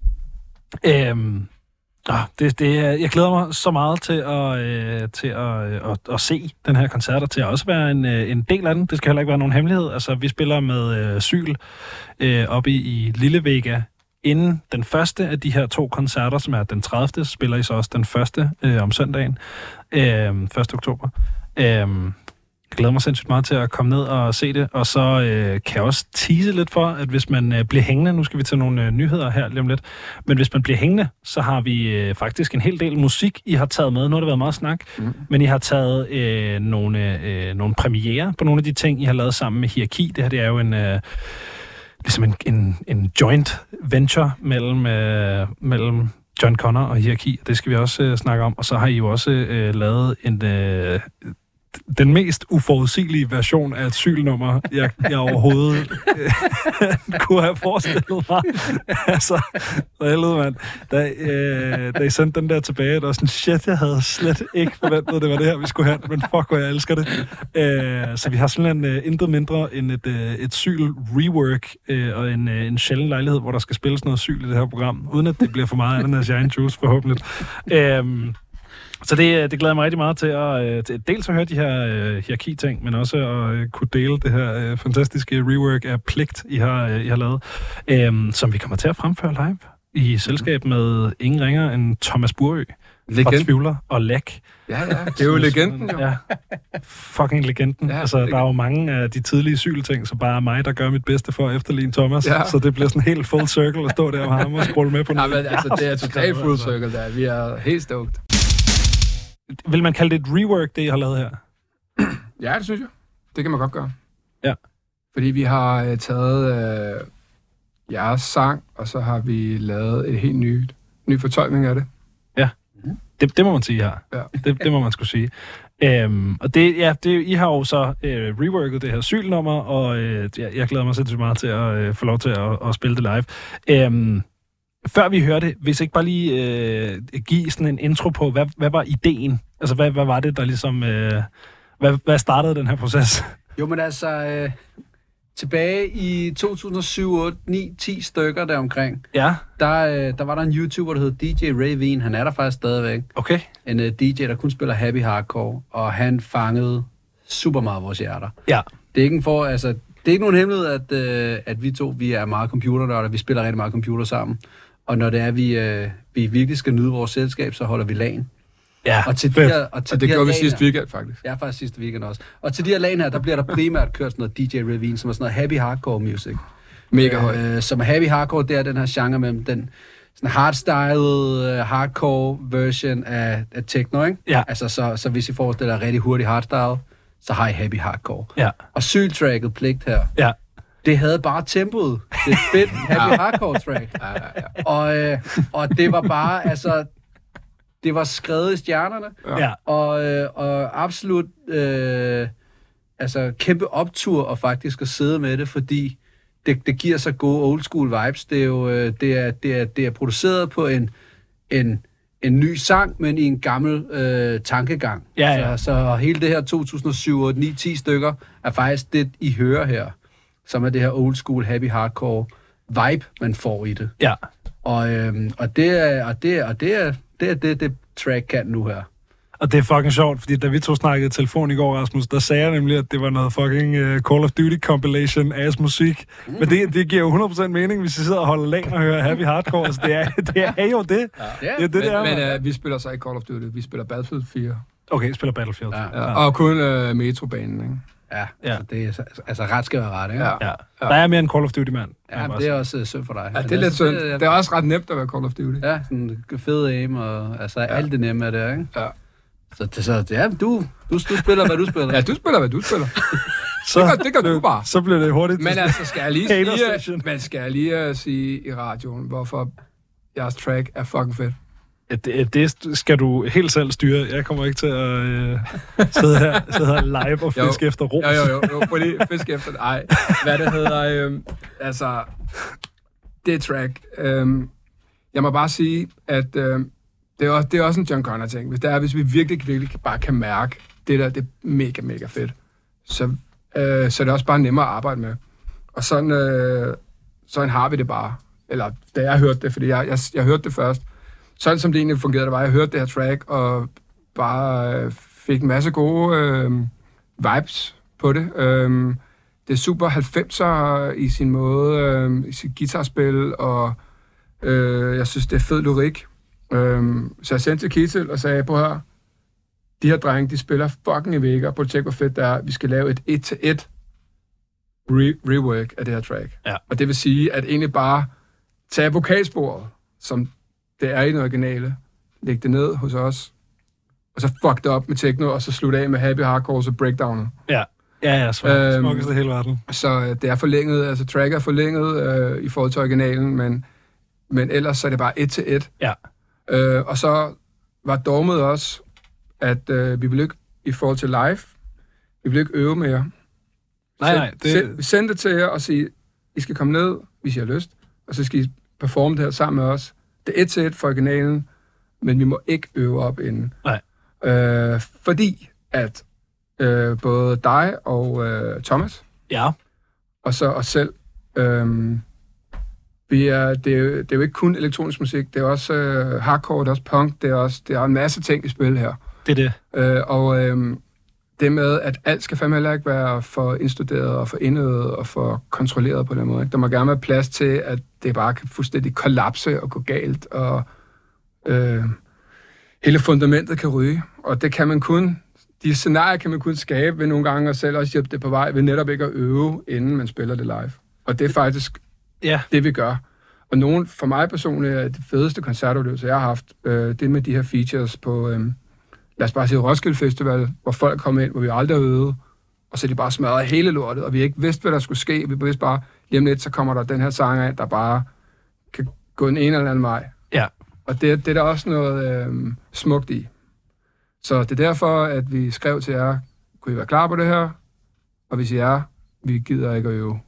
Ja. Øhm, ah, det, det, jeg glæder mig så meget til at, øh, til at, øh, at, at se den her koncert, og til at også være en, øh, en del af den. Det skal heller ikke være nogen hemmelighed. Altså, vi spiller med øh, Syl øh, oppe i, i Lille Vega. Inden den første af de her to koncerter, som er den tredivte, spiller I så også den første øh, om søndagen, øh, første oktober. Øh, Jeg glæder mig sindssygt meget til at komme ned og se det, og så øh, kan jeg også tease lidt for, at hvis man øh, bliver hængende, nu skal vi til nogle øh, nyheder her lige om lidt, men hvis man bliver hængende, så har vi øh, faktisk en hel del musik, I har taget med. Nu har det været meget snak, mm. men I har taget øh, nogle, øh, nogle premiere på nogle af de ting, I har lavet sammen med Hierarki. Det her det er jo en... Øh, ligesom en, en, en joint venture mellem, øh, mellem John Connor og Hierarki, det skal vi også øh, snakke om. Og så har I jo også øh, lavet en, øh, den mest uforudsigelige version af et sylnummer, jeg, jeg overhovedet øh, kunne have forestillet mig. altså, så helvede, mand. Da, øh, da I sendte den der tilbage, der var sådan, shit, jeg havde slet ikke forventet, det var det her, vi skulle have, men fuck, hvor jeg elsker det. Øh, så vi har sådan øh, intet mindre end et, øh, et syl-rework øh, og en, øh, en sjælden lejlighed, hvor der skal spilles noget syl i det her program, uden at det bliver for meget andet end Shine Juice, forhåbentlig. Øh, Så det, det glæder mig rigtig meget til at til dels at høre de her øh, hierarki-ting, men også at øh, kunne dele det her øh, fantastiske rework af Pligt, I har, øh, I har lavet, øh, som vi kommer til at fremføre live i selskab med ingen ringer end Thomas Burøe, fra Tvivler og Læk. Ja, ja, det er jo legenden, jo. Ja, fucking legenden. Ja, altså, der er jo mange af de tidlige cykelting, så bare mig, der gør mit bedste for at efterligne Thomas. Ja. Så det bliver sådan helt full circle at stå der og ham og scrolle med på noget. Ja, men altså, det er totalt full circle der. Vi er helt stoked. Vil man kalde det et rework, det I har lavet her? Ja, det synes jeg. Det kan man godt gøre. Ja. Fordi vi har øh, taget øh, jeres sang, og så har vi lavet et helt nyt, ny fortolkning af det. Ja, det, det må man sige her. Ja. Det, det må man skulle sige. Øhm, og det, ja, det, I har jo så øh, reworket det her sylnummer, og øh, jeg, jeg glæder mig sindssygt meget til at øh, få lov til at, at spille det live. Øhm, før vi hørte det, hvis ikke bare lige øh, give sådan en intro på, hvad, hvad var ideen? Altså, hvad, hvad var det, der ligesom... Øh, hvad, hvad startede den her proces? Jo, men altså... Øh, tilbage i to tusind og syv, otte, ni, ti stykker deromkring, ja. der, øh, der var der en YouTuber, der hed D J Ray Veen. Han er der faktisk stadigvæk. Okay. En øh, D J, der kun spiller happy hardcore, og han fangede super meget vores hjerter. Ja. Det er ikke en for... Altså, det er ikke nogen hemmelighed, at, øh, at vi to, vi er meget computernørder. Vi spiller rigtig meget computer sammen. Og når det er, vi, øh, vi virkelig skal nyde vores selskab, så holder vi LAN. Ja, og, til de her, og, til og det de gjorde vi her sidste weekend, faktisk. Ja, faktisk sidste weekend også. Og til de her LAN her, der bliver der primært kørt sådan noget D J Ravine, som er sådan noget happy hardcore music. Mega højt. Øh, som er happy hardcore, det er den her genre med den sådan hardstyle, uh, hardcore version af, af techno, ikke? Ja. Altså, så, så hvis I forestiller jer rigtig hurtig hardstyle, så har I happy hardcore. Ja. Og syltracket Pligt her, ja. det havde bare tempoet. Det er fedt happy hardcore track. Ja, ja, ja. Og, øh, og det var bare, altså... Det var skrevet i stjernerne, ja. og, øh, og absolut øh, altså kæmpe optur og faktisk at sidde med det, fordi det, det giver så gode old school vibes. Det er jo øh, det er, det er, det er produceret på en, en, en ny sang, men i en gammel øh, tankegang. Ja, ja. Så, så hele det her to tusind og syv, otte, ni, ti stykker er faktisk det, I hører her, som er det her old school happy hardcore vibe, man får i det. Ja. Og, øh, og det er... Og det er, og det er Det er det, det track kan nu her. Og det er fucking sjovt, fordi da vi to snakkede i telefon i går, Rasmus, der sagde jeg nemlig, at det var noget fucking uh, Call of Duty compilation ass musik. Mm. Men det, det giver jo hundrede procent mening, hvis I sidder og holder LAN og hører happy hardcore. Altså, det er, det er jo det. Ja. Det er det, men, det er. Men uh, vi spiller så ikke Call of Duty, vi spiller Battlefield fire. Okay, spiller Battlefield. Ja. Ja. Og kun uh, metrobanen, ikke? Ja, ja. Altså, det er, altså ret skal være ret, ikke? Ja. Ja. Der er mere en Call of Duty, mand. Ja, men det er også uh, synd for dig. Ja, det er lidt synd. Det er også ret nemt at være Call of Duty. Ja, sådan fed aim, og altså ja. alt det nemme er det, ikke? Ja. Så, det, så ja, du, du, du spiller, hvad du spiller. Ja, du spiller, hvad du spiller. så, det gør, det gør blev, du bare. Så bliver det hurtigt. Men altså, skal jeg lige sige, man skal jeg lige uh, sige i radioen, hvorfor jeres track er fucking fedt. Det, det skal du helt selv styre. Jeg kommer ikke til at øh, sidde, her, sidde her live og fiske efter ros. Jo, jo, jo. jo. Prøv lige fiske efter det. Ej, hvad det hedder. Øh, altså, det track. Øh, jeg må bare sige, at øh, det, er også, det er også en John Connor-ting. Hvis, det er, hvis vi virkelig, virkelig bare kan mærke, det der, det er mega, mega fedt, så, øh, så er det også bare nemmere at arbejde med. Og sådan, øh, sådan har vi det bare. Eller, da jeg hørte det, fordi jeg, jeg, jeg hørte det først. Sådan som det egentlig fungerede, det var, jeg hørte det her track, og bare øh, fik en masse gode øh, vibes på det. Øh, det er super halvfemser i sin måde, øh, i sit guitarspil, og øh, jeg synes, det er fed lyrik. Øh, så jeg sendte til Ketil og sagde, prøv her, de her drenge, de spiller fucking i vægger. Prøv at tjekke, hvor fedt det er. Vi skal lave et et-til-et re- rework af det her track. Ja. Og det vil sige, at egentlig bare tage vokalsporet, som det er i den originale, læg det ned hos os, og så fuck det op med techno, og så slutte af med happy hardcore, så breakdownet. Ja, ja, ja, smukkeste øhm, hele verden. Så øh, det er forlænget, altså track er forlænget øh, i forhold til originalen, men, men ellers så er det bare et til et. Ja. Øh, og så var dogmet også, at øh, vi ville ikke, i forhold til live, vi ville ikke øve mere. Nej, nej. Det... Send, send det til jer og sige, I skal komme ned, hvis I har lyst, og så skal I performe det her sammen med os. Det er et til et for originalen, men vi må ikke øve op inden. Nej. Øh, fordi at øh, både dig og øh, Thomas, ja, og så os selv, øh, vi er, det, er jo, det er jo ikke kun elektronisk musik, det er også øh, hardcore, det er også punk, det er også det er en masse ting i spil her. Det er det. Øh, og øh, det med, at alt skal fandme heller ikke være for indstuderet og for indøvet og for kontrolleret på den måde. Ikke? Der må gerne være plads til, at det bare kan fuldstændig kollapse og gå galt. Og, øh, hele fundamentet kan ryge, og det kan man kun, de scenarier kan man kun skabe ved nogle gange, og selv også hjælpe det på vej, ved netop ikke at øve, inden man spiller det live. Og det er faktisk ja. det, vi gør. Og nogen, for mig personligt, er det fedeste koncertoplevelse, jeg har haft, øh, det med de her features på, øh, lad os bare sige Roskilde Festival, hvor folk kom ind, hvor vi aldrig har øvet, og så de bare smadrede hele lortet, og vi ikke vidste, hvad der skulle ske. Vi vidste bare, lige om lidt, så kommer der den her sang af, der bare kan gå en eller anden vej. Ja. Og det, det er der også noget øh, smukt i. Så det er derfor, at vi skrev til jer, kunne I være klar på det her? Og hvis I er, vi gider ikke at øve.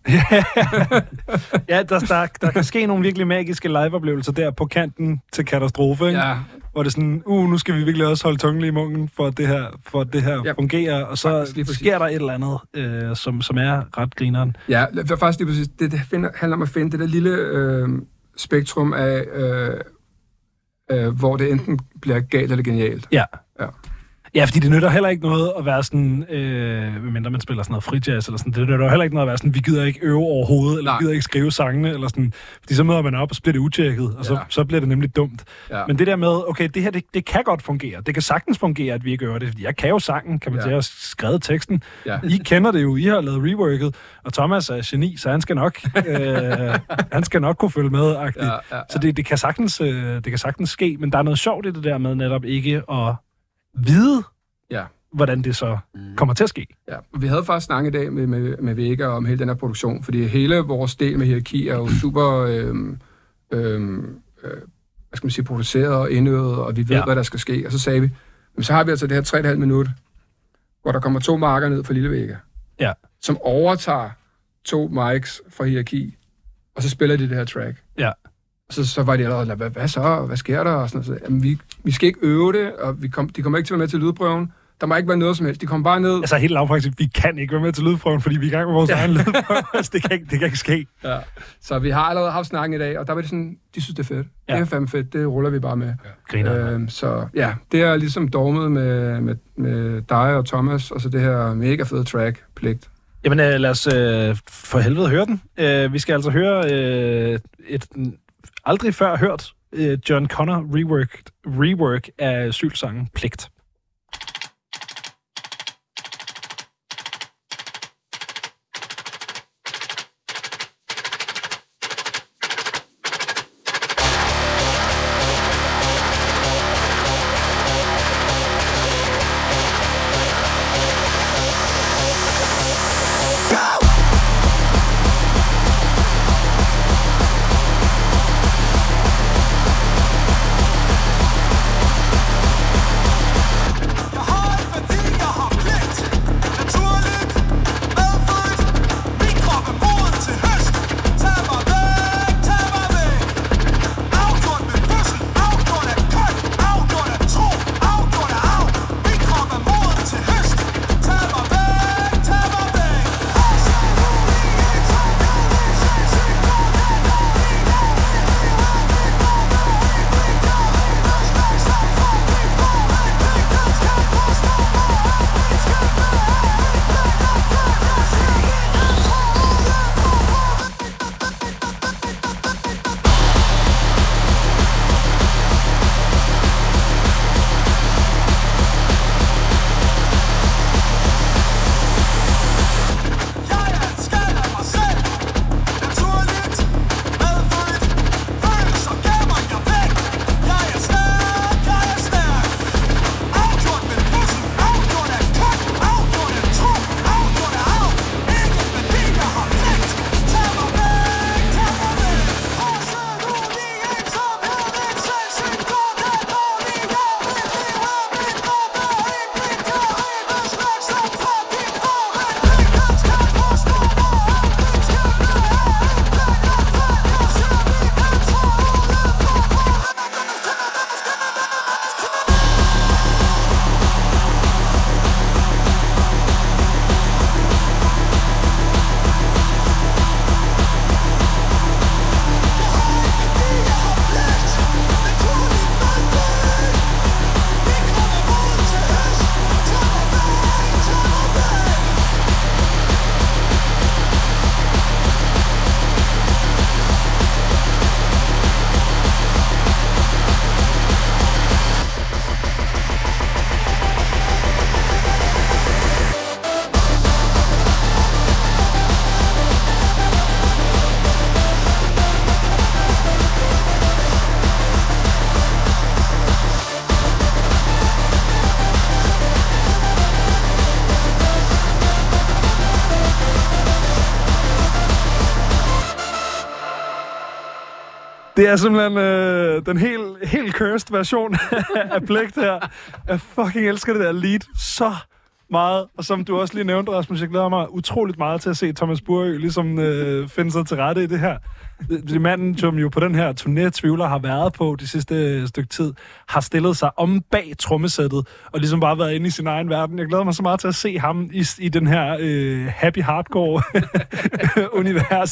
Ja, der, der, der kan ske nogle virkelig magiske liveoplevelser der på kanten til katastrofe, ikke? Ja. Hvor det er sådan, uh, nu skal vi virkelig også holde tungen i munden, for at det her, for at det her ja, fungerer, og så sker der et eller andet, øh, som, som er ret grineren. Ja, faktisk lige præcis. Det, det finder, handler om at finde det der lille øh, spektrum af, øh, øh, hvor det enten bliver galt eller genialt. Ja. Ja. Ja, fordi det nytter heller ikke noget at være sådan, øh, medmindre man spiller sådan noget frijazz eller sådan, det nytter heller ikke noget at være sådan, vi gider ikke øve overhovedet, eller Nej. vi gider ikke skrive sangene, eller sådan, fordi så møder man op, og så bliver det utjekket, og så, ja. så bliver det nemlig dumt. Ja. Men det der med, okay, det her, det, det kan godt fungere, det kan sagtens fungere, at vi ikke øver det, fordi jeg kan jo sangen, kan man ja. sige, jeg har skrevet teksten, ja. I kender det jo, I har lavet reworket, og Thomas er geni, så han skal nok, øh, han skal nok kunne følge med, ja, ja, ja. Så det, det, kan sagtens, øh, det kan sagtens ske, men der er noget sjovt i det der med netop ikke at vide, ja. hvordan det så kommer til at ske. Ja, vi havde faktisk snakket i dag med, med, med Vega om hele den her produktion, fordi hele vores del med hierarki er jo super øh, øh, hvad skal man sige, produceret og indøvet, og vi ved, ja. hvad der skal ske. Og så sagde vi, men så har vi altså det her tre komma fem minut, hvor der kommer to marker ned fra Lille Vega, ja. som overtager to mics fra hierarki, og så spiller de det her track. Ja. Så, så var de allerede, hvad, hvad så? Hvad sker der? Og sådan noget. Jamen, vi, vi skal ikke øve det, og vi kom, de kommer ikke til at være med til lydprøven. Der må ikke være noget som helst. De kommer bare ned. Altså helt lavpraktisk, vi kan ikke være med til lydprøven, fordi vi er i gang med vores ja. egen lydprøve. Altså, det, kan ikke, det kan ikke ske. Ja. Så vi har allerede haft snakken i dag, og der var det sådan, de synes, det er fedt. Ja. Det er fandme fedt, det ruller vi bare med. Ja. Øhm, så ja, det er ligesom dogmet med, med, med dig og Thomas, og så det her mega fede track, Pligt. Jamen øh, lad os øh, for helvede høre den. Øh, vi skal altså høre øh, et aldrig før hørt uh, John Connor rework, rework af asylsangen Pligt. Det er simpelthen øh, den helt, helt cursed version af Blæk her. Jeg fucking elsker det der lead så meget. Og som du også lige nævnte, Rasmus, jeg glæder mig utroligt meget til at se Thomas Burøe ligesom øh, finde sig til rette i det her. Det er manden, som jo på den her turné, Tvivler har været på de sidste stykke tid, har stillet sig om bag trommesættet, og ligesom bare været inde i sin egen verden. Jeg glæder mig så meget til at se ham i, i den her øh, happy hardcore-univers.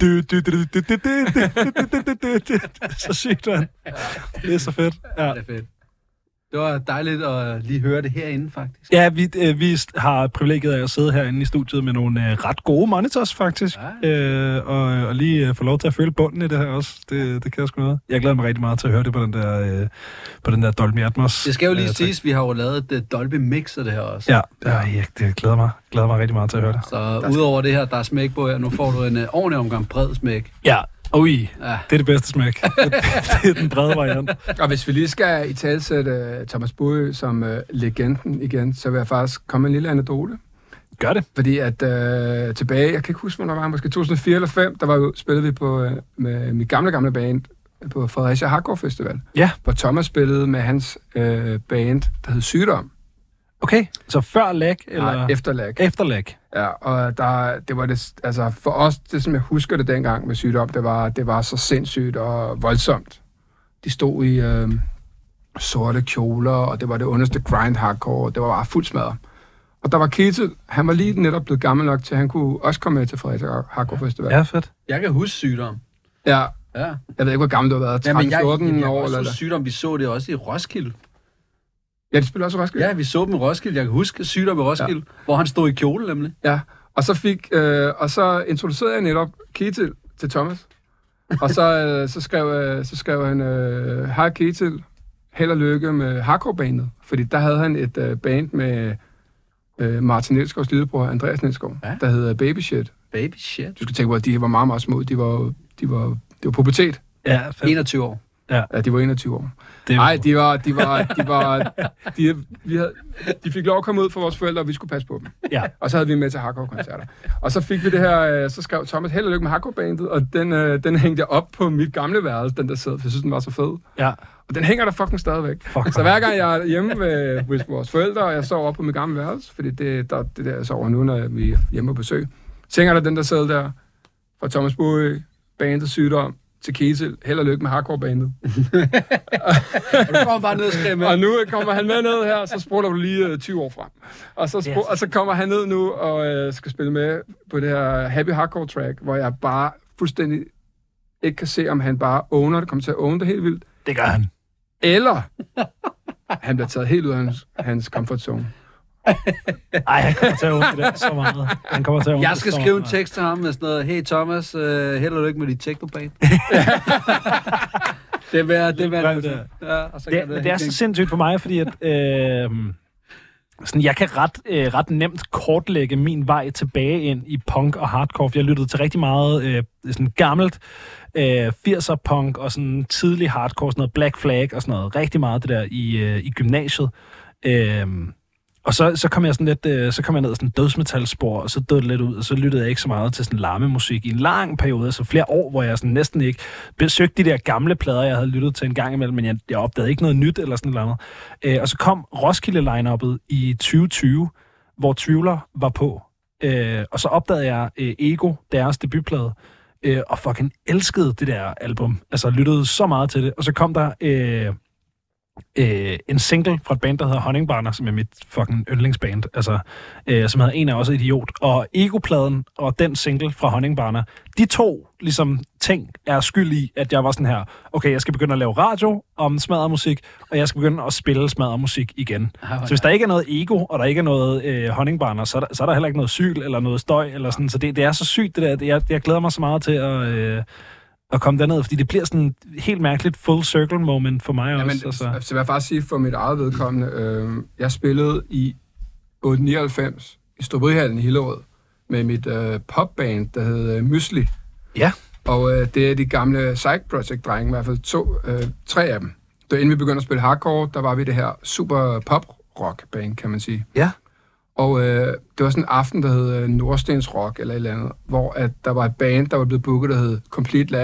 Så sygt, man. Det er så fedt. Ja. Det er fedt. Det var dejligt at lige høre det herinde, faktisk. Ja, vi, øh, vi har privilegiet af at sidde herinde i studiet med nogle øh, ret gode monitors, faktisk. Ja. Øh, og, og lige øh, få lov til at føle bunden i det her også. Det, det kan jeg sgu noget. Jeg glæder mig rigtig meget til at høre det på den der, øh, på den der Dolby Atmos. Det skal jo lige øh, siges, vi har jo lavet et Dolby Mix af det her også. Ja, ja, ja det glæder mig. glæder mig rigtig meget til at høre det. Så udover det her, der er smæk på her, nu får du en uh, ordentlig omgang bred smæk. Ja. Ui, ja. Det er det bedste smæk. Det, det er den brede variant. Og hvis vi lige skal i talsætte uh, Thomas Burøe som uh, legenden igen, så vil jeg faktisk komme med en lille anekdote. Gør det. Fordi at uh, tilbage, jeg kan ikke huske, hvornår det var, måske to tusind og fire eller fem, der var jo, spillede vi på, uh, med mit gamle, gamle band på Fredericia Hardcore Festival. Ja. Hvor Thomas spillede med hans uh, band, der hed Sygdom. Okay, så før lag eller Nej, efter lag. Efter lag. Ja, og der, det var det, altså for os, det som jeg husker det dengang med Sygdom, det var, det var så sindssygt og voldsomt. De stod i øh, sorte kjoler, og det var det underste grind hardcore, det var bare fuld smadret. Og der var Ketil, han var lige netop blevet gammel nok til, at han kunne også komme med til Fredericia Hardcore Festival. Ja, fedt. Jeg kan huske Sygdom. Ja, ja. Jeg ved ikke, hvor gammel du har været, tretten fjorten år eller det. Sygdom, vi så det også i Roskilde. Ja, de spiller også i Roskilde. Ja, vi så dem i Roskilde. Jeg kan huske Sygdom i Roskilde, ja. Hvor han stod i kjole, nemlig. Ja, og så fik, øh, og så introducerede jeg netop Ketil til Thomas. Og så, øh, så, skrev, øh, så skrev han, øh, hej Ketil, held og lykke med hardcore-bandet. Fordi der havde han et øh, band med øh, Martin Nielsgaards lillebror, Andreas Nielsgaard, ja. Der hedder Baby Shit. Baby Shit? Du skal tænke på, at de var meget, meget små. De var, de var, de var pubertet. Ja, fedt. enogtyve år. Ja. Ja, de var enogtyve år. Nej, de var, de var, de var, de, vi havde, de fik lov at komme ud for vores forældre, og vi skulle passe på dem. Ja. Og så havde vi med til hardcore-koncerter. Og så fik vi det her, så skrev Thomas, held og lykke med hardcore-bandet, og den, den hængte jeg op på mit gamle værelse, den der sad, for jeg synes, den var så fed. Ja. Og den hænger der fucking stadigvæk. Fuck. Så hver gang jeg er hjemme ved, ved vores forældre, og jeg sover op på mit gamle værelse, fordi det, der, det der jeg sover nu, når vi er hjemme på besøg, så hænger der den der sad der, fra Thomas Burøe, bandet Sygdom, til Ketil, held og lykke med hardcore-bandet. Og du kommer bare ned og skriver med. Og nu kommer han med ned her, så spoler du lige uh, tyve år frem. Og så, yes. og så kommer han ned nu og uh, skal spille med på det her Happy Hardcore track, hvor jeg bare fuldstændig ikke kan se, om han bare owner det, kommer til at own det helt vildt. Det gør han. Eller han bliver taget helt ud af hans, hans comfort zone. Ej, han kommer til at åbne det så meget. Han kommer til at jeg skal skrive en tekst til ham med sådan noget, hey Thomas, uh, held og lykke med dit technoband. det er værd, det er værd. Det, ja, og så det, det, det er så sindssygt for mig, fordi at, øh, sådan, jeg kan ret, øh, ret nemt kortlægge min vej tilbage ind i punk og hardcore. Jeg lyttede til rigtig meget øh, sådan gammelt øh, firser punk og sådan tidlig hardcore, sådan noget Black Flag og sådan noget. Rigtig meget det der i, øh, i gymnasiet. Øh, Og så, så kom jeg sådan lidt, øh, så kom jeg ned ad sådan dødsmetalspor, og så døde det lidt ud, og så lyttede jeg ikke så meget til sådan larmemusik i en lang periode, altså flere år, hvor jeg sådan næsten ikke besøgte de der gamle plader, jeg havde lyttet til en gang imellem, men jeg, jeg opdagede ikke noget nyt eller sådan noget andet. Øh, og så kom Roskilde-line-uppet i tyve tyve, hvor Tvivler var på, øh, og så opdagede jeg øh, Ego, deres debutplade, øh, og fucking elskede det der album, altså lyttede så meget til det, og så kom der... Øh, Øh, en single fra et band, der hedder Honningbarner, som er mit fucking yndlingsband, altså, øh, som hedder En af os idiot. Og Ego-pladen og den single fra Honningbarner, de to ligesom ting er skyld i, at jeg var sådan her, okay, jeg skal begynde at lave radio om smaddermusik, og jeg skal begynde at spille smaddermusik igen. Ah, så hvis der ikke er noget ego, og der ikke er noget øh, Honningbarner, så er, der, så er der heller ikke noget syl, eller noget støj, eller sådan, så det, det er så sygt, det der. Jeg, jeg glæder mig så meget til at... Øh, at komme derned, fordi det bliver sådan helt mærkeligt full circle moment for mig ja, også. Men, altså. Så vil jeg faktisk sige for mit eget vedkommende, øh, jeg spillede i otte nioghalvfems i Storbyhallen i Hillerød med mit øh, popband, der hed øh, Mysli. Ja. Og øh, det er de gamle Psych Project-drenge, i hvert fald to, øh, tre af dem. Da inden vi begyndte at spille hardcore, der var vi det her super pop-rock-band, kan man sige. Ja. Og øh, det var sådan en aften, der hed øh, Nordstens Rock eller et eller andet, hvor at der var et band, der var blevet booket, der hed Complete Lag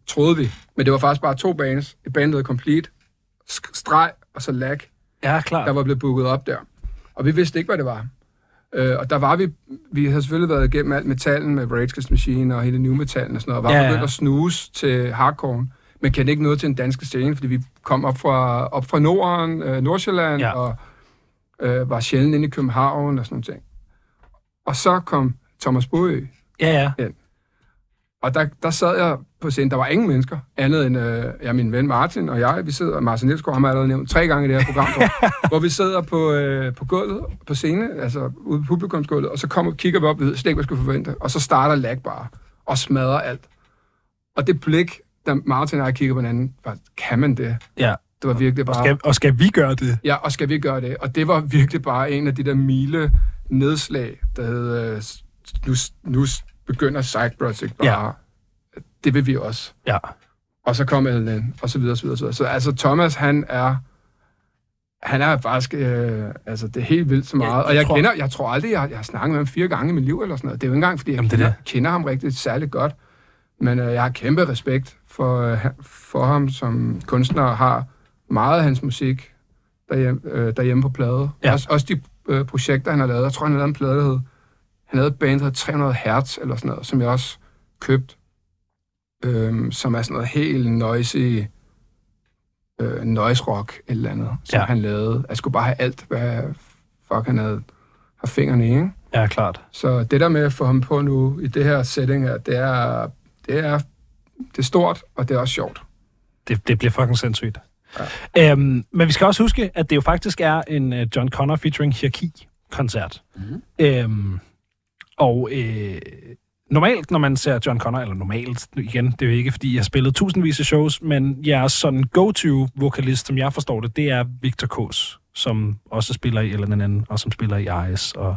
troede vi. Men det var faktisk bare to bands. Et band, der hed Complete, Streg og så Lag, ja, klar. der var blevet booket op der. Og vi vidste ikke, hvad det var. Øh, og der var vi, vi havde selvfølgelig været igennem alt metallen med Rage Against the Machine og hele new metallen og sådan noget, og var ja, begyndt ja. at snuse til hardcore, men kendte ikke noget til den danske scene, fordi vi kom op fra, op fra Norden, øh, Nordsjælland, ja. og øh, var sjældent inde i København og sådan noget ting. Og så kom Thomas Boe ja, ja. ind. Og der, der sad jeg på scenen, der var ingen mennesker, andet end øh, ja, min ven Martin og jeg, vi sidder, Martin Nielsgaard, ham har allerede nævnt tre gange i det her program, hvor, hvor vi sidder på, øh, på gulvet, på scene, altså ude på publikumsgulvet, og så kommer, kigger vi op, vi ved slet ikke, hvad skal forvente, og så starter Lag bare, og smadrer alt. Og det blik, da Martin og jeg kigger på hinanden, var, kan man det? Ja. Det var virkelig bare... Og skal, og skal vi gøre det? Ja, og skal vi gøre det? Og det var virkelig bare en af de der mile nedslag, der hed, øh, nu, nu begynder Psych Project bare... Ja. Det vil vi også. Ja. Og så kom L N, og så videre, så videre, så videre. Så altså, Thomas, han er... Han er faktisk... Øh, altså, det er helt vildt så meget. Ja, jeg og jeg tror, kender... Jeg tror aldrig, jeg, jeg har snakket med ham fire gange i mit liv, eller sådan noget. Det er jo ikke engang, fordi jeg kender, kender ham rigtig særligt godt. Men øh, jeg har kæmpe respekt for, øh, for ham som kunstner, og har meget af hans musik derhjemme, øh, derhjemme på plade. Ja. Også, også de øh, projekter, han har lavet. Jeg tror, han har lavet en plade, der hed... Han lavede et band, der hed tre hundrede hertz, eller sådan noget, som jeg også købte. Øhm, som er sådan noget helt noisy øh, noise rock eller andet, som ja. han lavede. Jeg skulle bare have alt, hvad fuck han havde har fingrene i, ikke? Ja, klart. Så det der med at få ham på nu i det her setting her, det er, det er, det er stort, og det er også sjovt. Det, det bliver fucking sindssygt. Ja. Øhm, men vi skal også huske, at det jo faktisk er en uh, John Connor featuring Hierarki-koncert. Mm-hmm. Øhm, og... Øh, Normalt, når man ser John Connor, eller normalt igen, det er jo ikke, fordi jeg har spillet tusindvis af shows, men jeres sådan go-to-vokalist, som jeg forstår det, det er Victor Kås, som også spiller i L N N, og som spiller i I S, og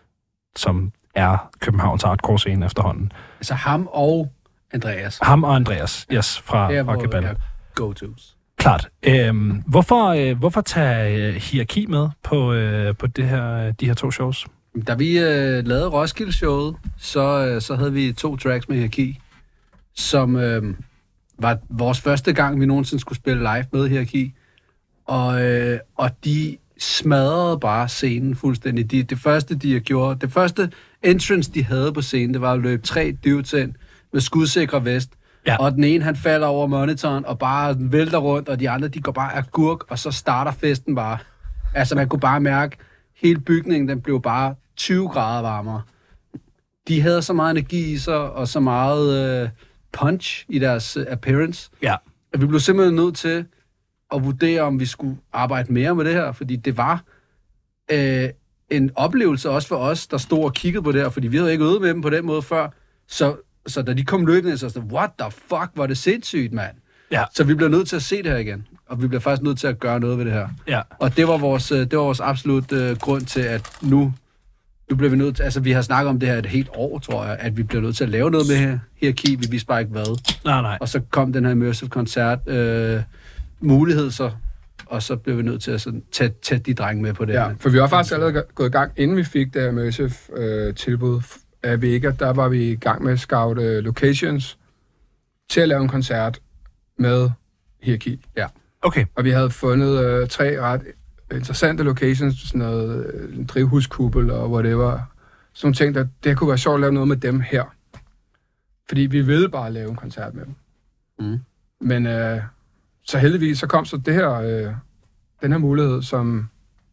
som er Københavns hardcore-scene efterhånden. Altså ham og Andreas. Ham og Andreas, yes, fra, det er, fra Kabal. Ja, go-tos. Klart. Øhm, hvorfor, øh, hvorfor tage øh, Hierarki med på, øh, på det her, de her to shows? Da vi øh, lavede Roskilde-showet, så, øh, så havde vi to tracks med Hierarki, som øh, var vores første gang, vi nogensinde skulle spille live med Hierarki. Og, øh, og de smadrede bare scenen fuldstændig. De, det første, de gjorde, det første entrance, de havde på scenen, det var at løbe tre dudes ind med skudsikre vest. Ja. Og den ene, han falder over monitoren og bare vælter rundt, og de andre, de går bare agurk, og så starter festen bare. Altså, man kunne bare mærke, hele bygningen, den blev bare tyve grader varmere. De havde så meget energi i sig, og så meget øh, punch i deres øh, appearance, ja. at vi blev simpelthen nødt til at vurdere, om vi skulle arbejde mere med det her, fordi det var øh, en oplevelse også for os, der stod og kiggede på det her, fordi vi havde ikke øvet med dem på den måde før, så, så da de kom løbende, så var det, what the fuck, var det sindssygt, mand. Ja. Så vi blev nødt til at se det her igen, og vi blev faktisk nødt til at gøre noget ved det her. Ja. Og det var vores, det var vores absolut uh, grund til, at nu, nu blev vi nødt til, altså vi har snakket om det her et helt år, tror jeg, at vi bliver nødt til at lave noget med her Hierarki, vi vidste bare ikke hvad. Nej, nej. Og så kom den her immersive koncert uh, mulighed, så, og så blev vi nødt til at sådan, tage, tage de drenge med på det. Ja, for vi var faktisk allerede gået i gang, inden vi fik det immersive uh, tilbud af Vega, der var vi i gang med at scout uh, locations til at lave en koncert med Hierarki. Ja. Okay. Og vi havde fundet øh, tre ret interessante locations, sådan noget øh, en drivhuskuppel og whatever. Så nogle ting, der det kunne være sjovt at lave noget med dem her. Fordi vi ville bare lave en koncert med dem. Mm. Men øh, så heldigvis, så kom så det her, øh, den her mulighed, som,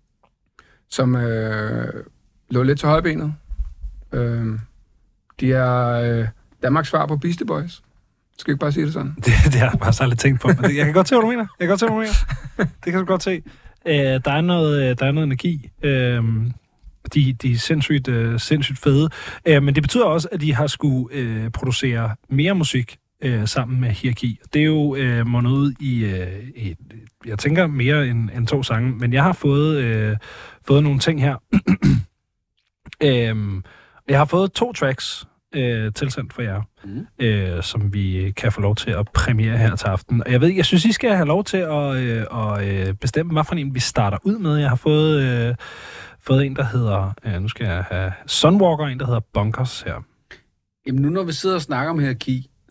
som øh, lå lidt til højbenet. Øh, de er øh, Danmarks svar på Beastie Boys. Skal jeg ikke bare sige det sådan? Det, det har jeg bare så lidt tænkt på. Men det, jeg kan godt se, hvad du mener. Jeg kan godt se, hvad du mener. Det kan du godt se. Øh, der, er noget, der er noget energi. Øh, de, de er sindssygt, øh, sindssygt fede. Øh, men det betyder også, at de har skulle øh, producere mere musik øh, sammen med Hierarki. Det er jo øh, mundet ud i, øh, i, jeg tænker mere end, end to sange. Men jeg har fået, øh, fået nogle ting her. øh, jeg har fået to tracks, Øh, tilsendt for jer, mm. øh, som vi kan få lov til at premiere her til aften. Og jeg ved jeg synes, I skal have lov til at, øh, at bestemme, hvad for en vi starter ud med. Jeg har fået, øh, fået en, der hedder, øh, nu skal jeg have Sunwalker, en, der hedder Bunkers her. Jamen nu, når vi sidder og snakker om Hierarki,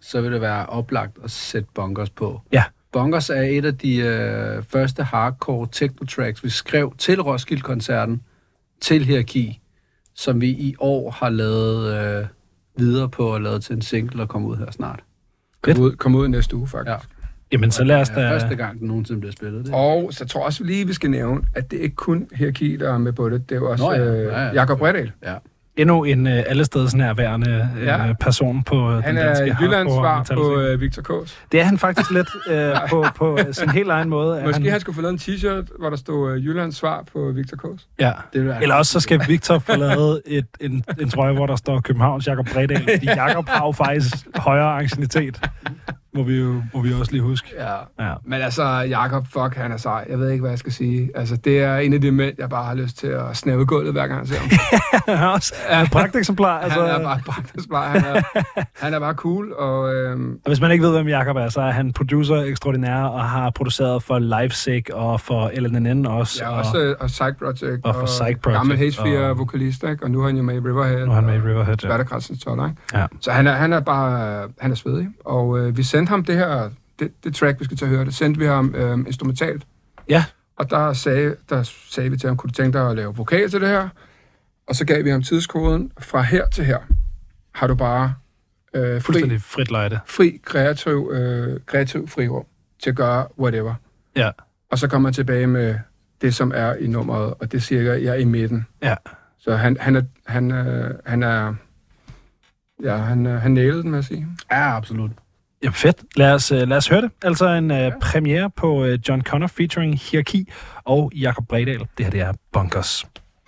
så vil det være oplagt at sætte Bunkers på. Ja. Bunkers er et af de øh, første hardcore techno-tracks, vi skrev til Roskilde-koncerten, til Hierarki, som vi i år har lavet øh, videre på og lavet til en single, og kommer ud her snart. Kom ud, kom ud næste uge, faktisk. Ja. Jamen, så lad os da... Det er første gang, den nogensinde bliver spillet. Det. Og så tror jeg også lige, vi skal nævne, at det ikke kun Hierarki, der er med på det. Det er jo også Nå, ja. øh, Ja, ja. Jakob Bredal. Ja. Endnu en uh, allesteds nærværende uh, Ja. person på uh, Han den danske er Jyllands svar hardcore på metal. øh, Victor K's. Det er han faktisk lidt uh, på, på sin helt egen måde. Måske han... han skulle få lavet en t-shirt, hvor der stod øh, Jyllands svar på Victor K's. Ja. Det vil Eller også så skal Victor få lavet et, en, en trøje, hvor der står Københavns Jakob Bredal. Fordi Jakob har jo faktisk højere anciennitet. Må vi jo må vi også lige huske. Ja. Ja. Men altså, Jakob, fuck, han er sej. Jeg ved ikke, hvad jeg skal sige. Altså, det er en af de mænd, jeg bare har lyst til at snæve gulvet, hver gang jeg ser ham. Han er også et pragteksemplar. Altså... Han er bare pragteksemplar. Han er, han er bare cool, og... Øhm... Og hvis man ikke ved, hvem Jakob er, så er han producer ekstraordinær og har produceret for Livesick og for L N N også. Ja, og, også øh, og Psych Project. og for Psych Project. Gammel H fire og... vokalist, ikke? Og nu er han jo med i Riverhead. Nu er han med i Riverhead, ja. Spærtekradsens toller, ikke? Ja. Så han er, han er bare... Han er svedig. Og øh, vi sendte ham det her... Det, det track, vi skal til at høre, det sendte vi ham øh, instrumentalt. Ja. Og der sagde, der sagde vi til ham, kunne du tænke dig at lave vokal til det her? Og så gav vi ham tidskoden. Fra her til her har du bare øh, fri, Fuldstændig frit lejde. fri kreativ, øh, kreativ frirum til at gøre whatever. Ja. Og så kommer han tilbage med det, som er i nummeret, og det siger jeg, jeg er i midten. Ja. Så han, han er... Han, øh, han er ja, han, øh, han nailede den, vil jeg sige. Ja, absolut. Jamen fedt. Lad os, uh, lad os høre det. Altså en uh, ja. premiere på uh, John Connor featuring Hierarki og Jakob Bredal. Det her, det er Bunkers.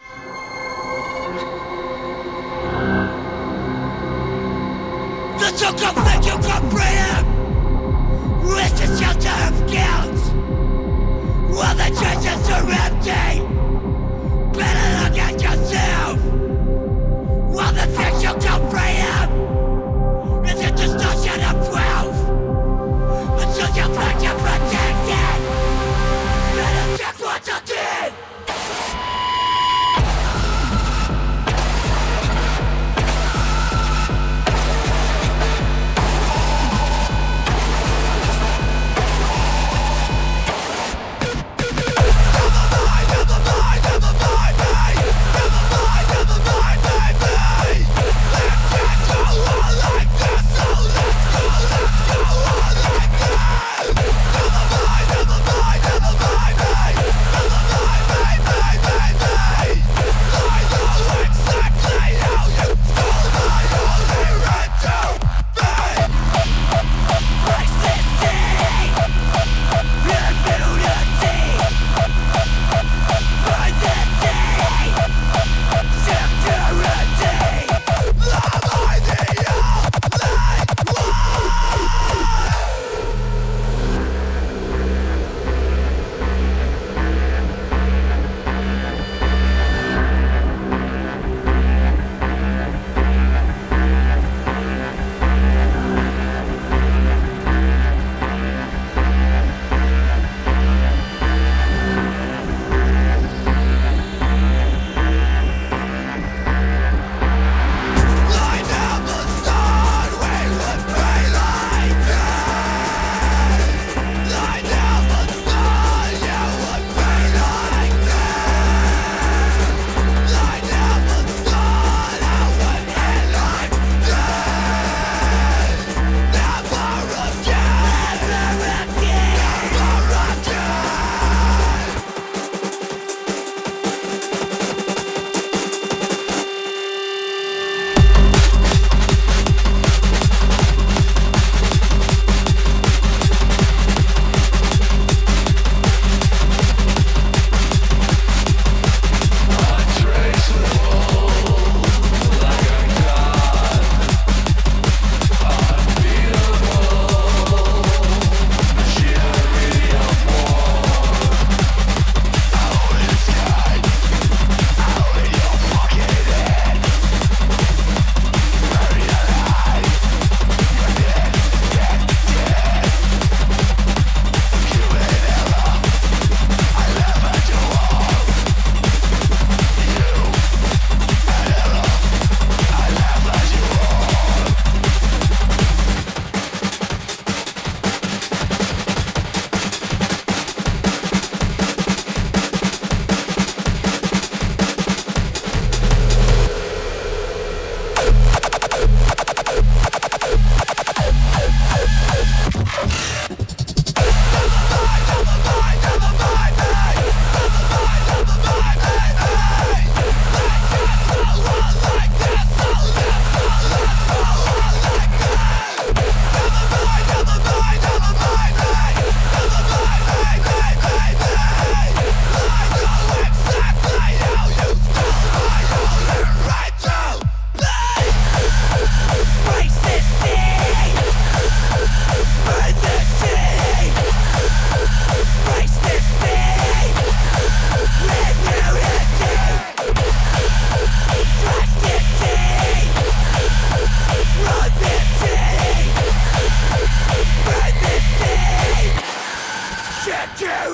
The circumferential freedom with the shelter of guilt. While the churches are empty, better look at yourself. While the fictional freedom is a distortion of wealth. Until you're back to protected, better check what you did.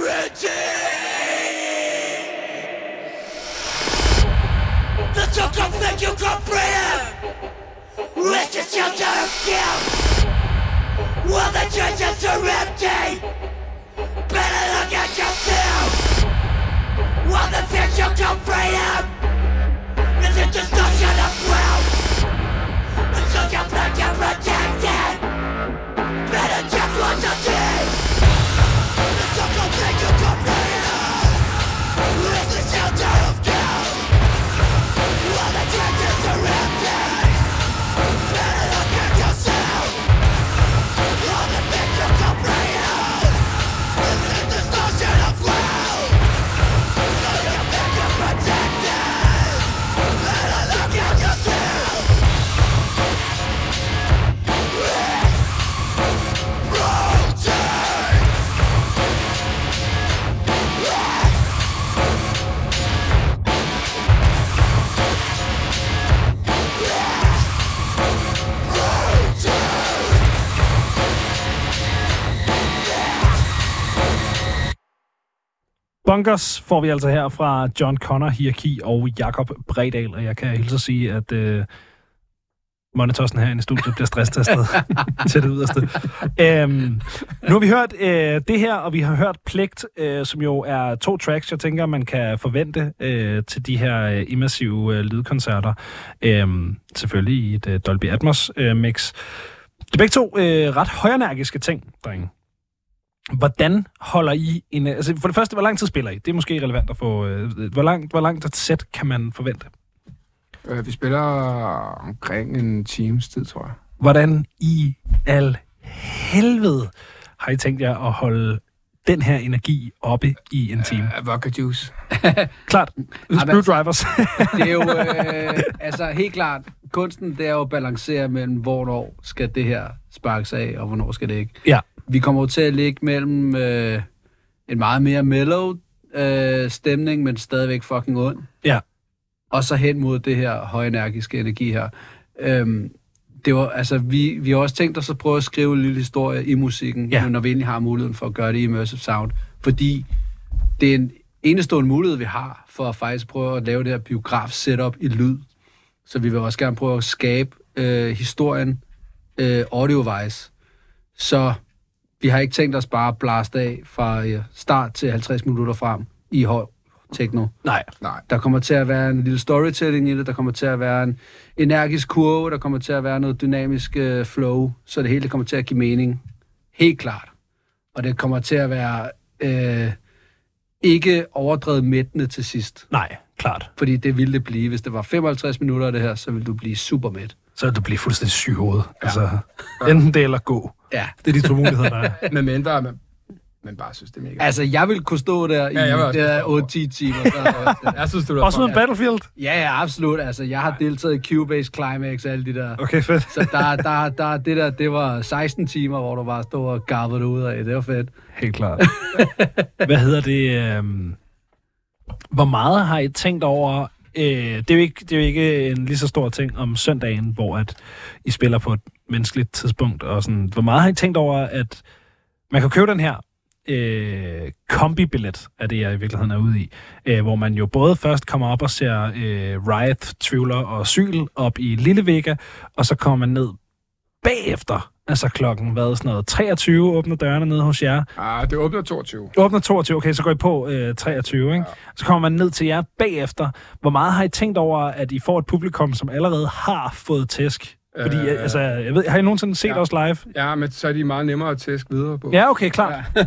The token make you got freedom. Rest the shelter of guilt. While the churches are empty, better look at yourself. While the fears you got freedom is a destruction of wealth. Until you're black and protected, better check what you did. The token make you got freedom. Rest the shelter of guilt. While the churches are empty, better look at yourself. All the things you come freedom is a distortion of wealth. So you think you're protected, better look at yourself. Bunkers får vi altså her fra John Connor, Hierarki og Jakob Bredal, og jeg kan hilse at sige, at øh, monitoren herinde i studiet bliver stresstestet til det yderste. Øhm, nu har vi hørt øh, det her, og vi har hørt Pligt, øh, som jo er to tracks, jeg tænker, man kan forvente øh, til de her øh, immersive øh, lydkoncerter. Øh, selvfølgelig i et øh, Dolby Atmos øh, mix. Det er begge to øh, ret højenergiske ting, drenge. Hvordan holder I en... Altså for det første, hvor lang tid spiller I? Det er måske relevant at få... Øh, hvor langt, hvor langt et sæt kan man forvente? Øh, vi spiller omkring en times tid, tror jeg. Hvordan i al helvede har I tænkt jer at holde den her energi oppe i en time? Uh, vodka juice. Klart. Screwdrivers. Det er jo... Øh, altså helt klart, kunsten det er jo at balancere mellem, hvornår skal det her sparkes af, og hvornår skal det ikke. Ja. Vi kommer jo til at ligge mellem øh, en meget mere mellow øh, stemning, men stadigvæk fucking ond. Ja. Og så hen mod det her højenergiske energi her. Øhm, det var, altså, vi, vi har også tænkt os at prøve at skrive en lille historie i musikken, ja. når vi egentlig har muligheden for at gøre det i immersive sound. Fordi det er en enestående mulighed, vi har for at faktisk prøve at lave det her biograf-setup i lyd. Så vi vil også gerne prøve at skabe øh, historien øh, audio-wise. Så vi har ikke tænkt os bare at blaste af fra start til halvtreds minutter frem i høj techno. Nej. Nej. Der kommer til at være en lille storytelling i det, der kommer til at være en energisk kurve, der kommer til at være noget dynamisk uh, flow, så det hele kommer til at give mening. Helt klart. Og det kommer til at være øh, ikke overdrevet mættende til sidst. Nej, klart. Fordi det ville det blive. Hvis det var femoghalvtreds minutter af det her, så ville du blive super mæt. Så vil du blive fuldstændig syg i hovedet. Ja. Altså, enten det eller gå. Ja. Det er de to muligheder, der er. Med mindre, man, man bare synes, det er mega. Altså, jeg vil kunne stå der ja, i der otte til ti timer. Så, jeg synes, du er også uden Battlefield? Ja, ja, absolut. Altså, jeg har deltaget i Cubase, Climax og alle de der. Okay, fedt. Så der, der, der, det der, det var seksten timer, hvor du bare stod og garbede ud af. Det var fedt. Helt klart. Hvad hedder det? Um... Hvor meget har I tænkt over... Øh, det, er jo ikke, det er jo ikke en lige så stor ting om søndagen, hvor at I spiller på et menneskeligt tidspunkt. Og sådan. Hvor meget har I tænkt over, at man kan købe den her øh, kombibillet, er det jeg i virkeligheden er ude i, øh, hvor man jo både først kommer op og ser øh, Riot, Tvivler og Syl op i Lille Vega, og så kommer man ned bagefter. Altså klokken, hvad, sådan noget, treogtyve åbner dørene nede hos jer. Ah, det åbner toogtyve. Åbner toogtyve, okay, så går I på øh, treogtyve, ikke? Ja. Så kommer man ned til jer bagefter. Hvor meget har I tænkt over, at I får et publikum, som allerede har fået tæsk? Fordi, øh, altså, jeg ved, har I nogensinde set ja. os live? Ja, men så er de meget nemmere at tæske videre på. Ja, okay, klart. Ja,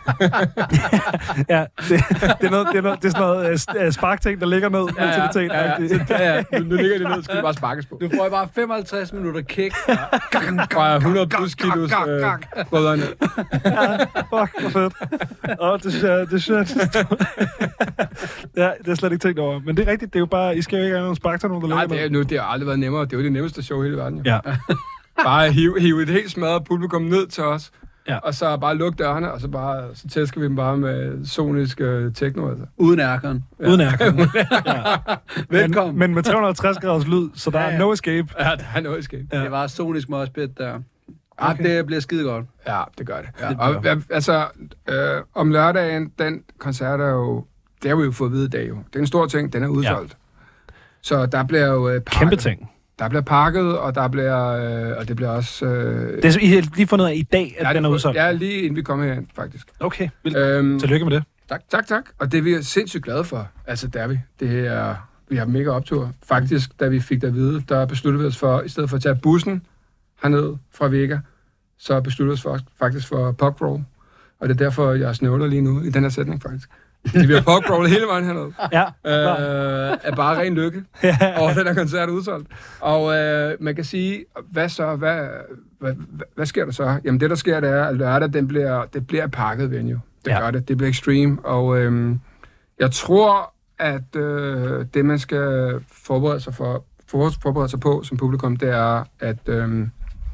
ja det, det, er noget, det, er noget, det er sådan noget uh, sparkting, der ligger ned. Ja, ja, ja, ja, ja, ja. Nu, nu ligger de ned, så skal de bare sparkes på. Du får bare femoghalvtreds minutter kick. Fra hundrede plus kilos øh, brødrene. Ja, fuck, hvor fedt. Åh, oh, det synes jeg, det synes jeg. Ja, det er slet ikke tænkt over. Men det er rigtigt, det er jo bare, I skal jo ikke have nogen spark til nogen, der Nej, ligger det, er, nu, det har aldrig været nemmere. Det er jo det nemmeste show i hele verden. Jo. Ja. Bare hive, hive et helt smadret publikum ned til os, ja. Og så bare lukke dørene, og så, bare, så tæsker vi dem bare med sonisk uh, techno. Altså. Uden ærkeren. Ja. Uden ærkeren. Ja. Velkommen. Men, men med tre hundrede og halvtreds graders lyd, så der ja, ja. er no escape. Ja, der er no escape. Ja. Det var sonisk moshpit der. Okay. Ja, det bliver skide godt. Ja, det gør det. Ja. Det Og ja, altså, øh, om lørdagen, den koncert er jo, det har vi jo fået at vide i dag jo. Det er en stor ting, den er udsolgt. Ja. Så der bliver jo øh, pakket. Kæmpe ting. Der bliver pakket, og der bliver, øh, og det bliver også... Øh, det er I har lige fundet af i dag, at ja, den er udsolgt? Ja, lige inden vi kommer herind, faktisk. Okay, vildt. Øhm, Tillykke med det. Tak, tak, tak. Og det er vi sindssygt glade for. Altså, det er vi. Det er, vi har mega optur. Faktisk, da vi fik det at vide, der besluttede vi os for, i stedet for at tage bussen herned fra Vega, så besluttede vi os for, faktisk for pop-roll. Og det er derfor, jeg snøvler lige nu i den her sætning, faktisk. Fordi vi har pop-roll hele vejen hernede. Ja. Øh, er bare ren lykke. Og den her koncert er udsolgt. Og øh, man kan sige, hvad så? Hvad, hvad, hvad, hvad sker der så? Jamen, det der sker, det er, at lørdag, den bliver, det bliver pakket venue. Det ja. gør det. Det bliver extreme. Og øh, jeg tror, at øh, det, man skal forberede sig, for, for, forberede sig på som publikum, det er, at, øh,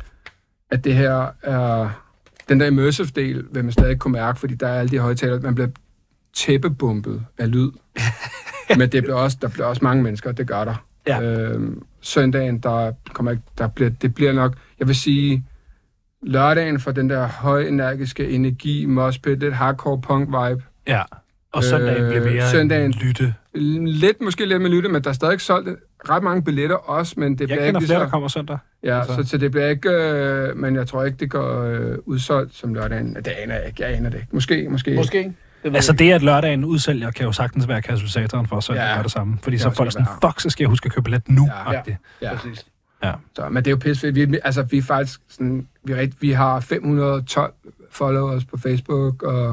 at det her er... Den der immersive del vil man stadig kunne mærke, fordi der er alle de højtaler, man bliver tæppebumpet af lyd. Men det bliver også, der bliver også mange mennesker, det gør der. Ja. Øhm, søndagen, der kommer ikke, der bliver, det bliver nok, jeg vil sige, lørdagen for den der højenergiske energi, moshpit, lidt hardcore punk vibe. Ja, og søndagen øh, bliver mere søndagen, lytte. Lidt, måske lidt med lytte, men der er stadig ikke solgt ret mange billetter også, men det jeg bliver ikke... Jeg kender flere, flere, der kommer søndag. Ja, altså. så, så det bliver ikke... Øh, men jeg tror ikke, det går øh, udsolgt som lørdagen. Det aner jeg ikke. Jeg aner det ikke. Måske, måske. Måske. Det altså det, at lørdagen udsælger, kan jo sagtens være katalysatoren for, så ja. gør det samme. Fordi det så folk sådan, fuck, så skal jeg huske at købe billet nu. Ja, ja, ja. Præcis. Ja. Så, men det er jo pisse fedt. Vi, altså, vi er faktisk sådan... Vi, rigt, vi har fem hundrede og tolv followers på Facebook, og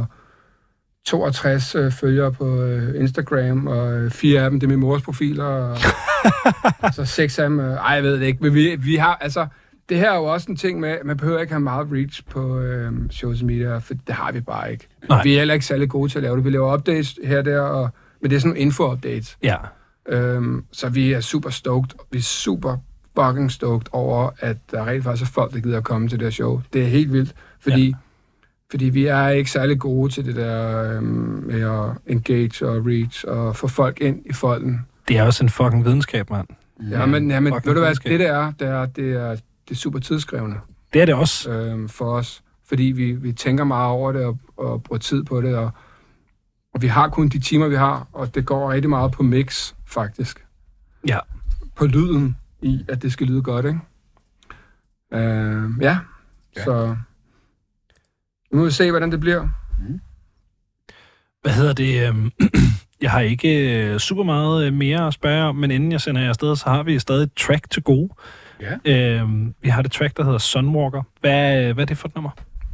toogtres øh, følgere på øh, Instagram, og øh, fire af dem, det er min mors profiler, og altså seks af dem, øh, ej, jeg ved det ikke, men vi, vi har, altså, det her er jo også en ting med, man behøver ikke have meget reach på øh, social media, for det har vi bare ikke. Nej. Vi er heller ikke særlig gode til at lave det. Vi laver updates her og der, og, men det er sådan nogle info-updates. Ja. Øhm, så vi er super stoked, vi er super fucking stoked over, at der rent faktisk er folk, der gider at komme til det her show. Det er helt vildt, fordi... Ja. Fordi vi er ikke særlig gode til det der øhm, med at engage og reach og få folk ind i folden. Det er også en fucking videnskab, mand. Ja, men, ja, men ved du hvad, det der er, det er, det er, det er super tidsskrevende. Det er det også. Øhm, for os. Fordi vi, vi tænker meget over det og, og bruger tid på det. Og, og vi har kun de timer, vi har, og det går rigtig meget på mix, faktisk. Ja. På lyden i, at det skal lyde godt, ikke? Øhm, ja, ja, så... Nu må vi se, hvordan det bliver. Mm. Hvad hedder det? Jeg har ikke super meget mere at spørge om, men inden jeg sender jer afsted, så har vi stadig et track to go. Ja. Øhm, vi har det track, der hedder Sunwalker. Hvad, hvad er det for et nummer?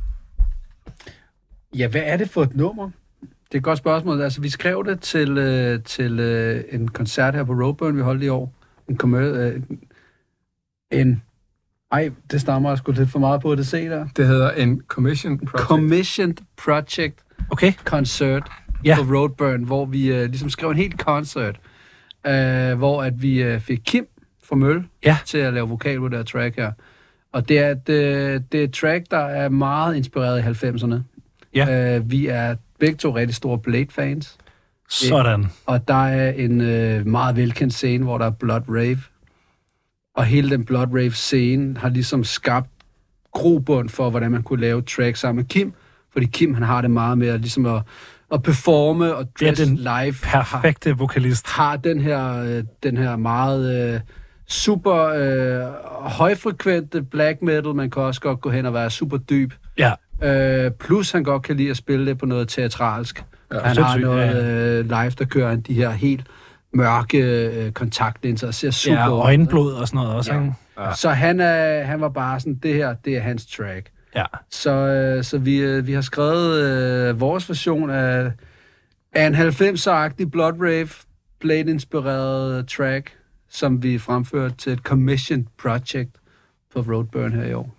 Ja, hvad er det for et nummer? Det er et godt spørgsmål. Altså, vi skrev det til, øh, til øh, en koncert her på Roadburn, vi holdt i år. En commer- øh, en Ej, det stammer sgu lidt for meget på det se der. Det hedder en Commissioned Project. Commissioned Project okay. Concert ja. på Roadburn, hvor vi uh, ligesom skrev en helt koncert, uh, hvor at vi uh, fik Kim fra Møl ja. til at lave vokal på det her track her. Og det er et, uh, det er et track, der er meget inspireret i halvfemserne. Ja. Uh, vi er begge to rigtig store Blade-fans. Sådan. Og der er en uh, meget velkendt scene, hvor der er Blood Rave. Og hele den Blood Rave-scene har ligesom skabt grobund for, hvordan man kunne lave track sammen med Kim. Fordi Kim, han har det meget med at, ligesom at, at performe og dress live. Perfekte har, vokalist. Har den her, den her meget uh, super uh, højfrekvente black metal. Man kan også godt gå hen og være super dyb. Ja. Uh, plus han godt kan lide at spille det på noget teatralsk. Ja, han har noget uh, live, der kører de her helt mørke øh, kontaktlinser og ser super ja, øjenblod og sådan noget også. Ja. Ja. Så han, er, han var bare sådan, det her, det er hans track. Ja. Så, øh, så vi, øh, vi har skrevet øh, vores version af, af en halvfemser-agtig Blood Rave, Blade-inspireret track, som vi fremførte til et Commissioned Project på Roadburn her i år.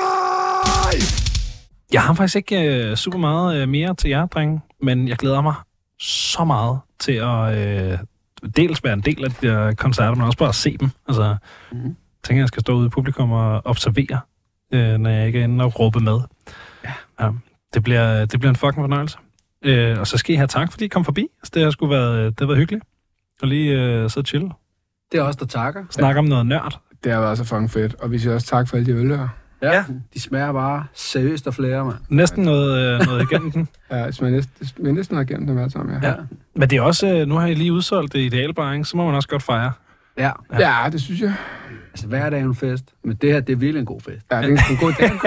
Jeg har faktisk ikke øh, super meget øh, mere til jer, drenge, men jeg glæder mig så meget til at... Øh, dels være en del af de der koncerter, men også bare at se dem. Altså, mm-hmm. jeg tænker, jeg skal stå ude i publikum og observere, øh, når jeg ikke er inde og råbe med. Ja. Ja, det, bliver, det bliver en fucking fornøjelse. Øh, og så skal I have tak, fordi I kom forbi. Altså, det har sgu været, det har været hyggeligt. Og lige øh, sidde og chille. Det er også der takker. Snak ja. om noget nørd. Det har været så fucking fedt. Og vi siger også tak for alle de øl her. Ja, Ja. de smager bare seriøst og flere, mand. Næsten noget, øh, noget igennem den. Ja, hvis man næsten, hvis man næsten har gennem dem alle sammen, ja. Ja. Men det er også, øh, nu har I lige udsolgt det idealbar, ikke? Så må man også godt fejre. Ja, Ja, det synes jeg. altså hver dag er en fest. Men det her, det er virkelig en god fest. Ja, det er en god dag.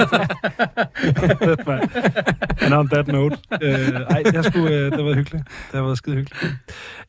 And on that note. Øh, ej, det har, sgu, øh, det har været hyggeligt. Det har været skide hyggeligt.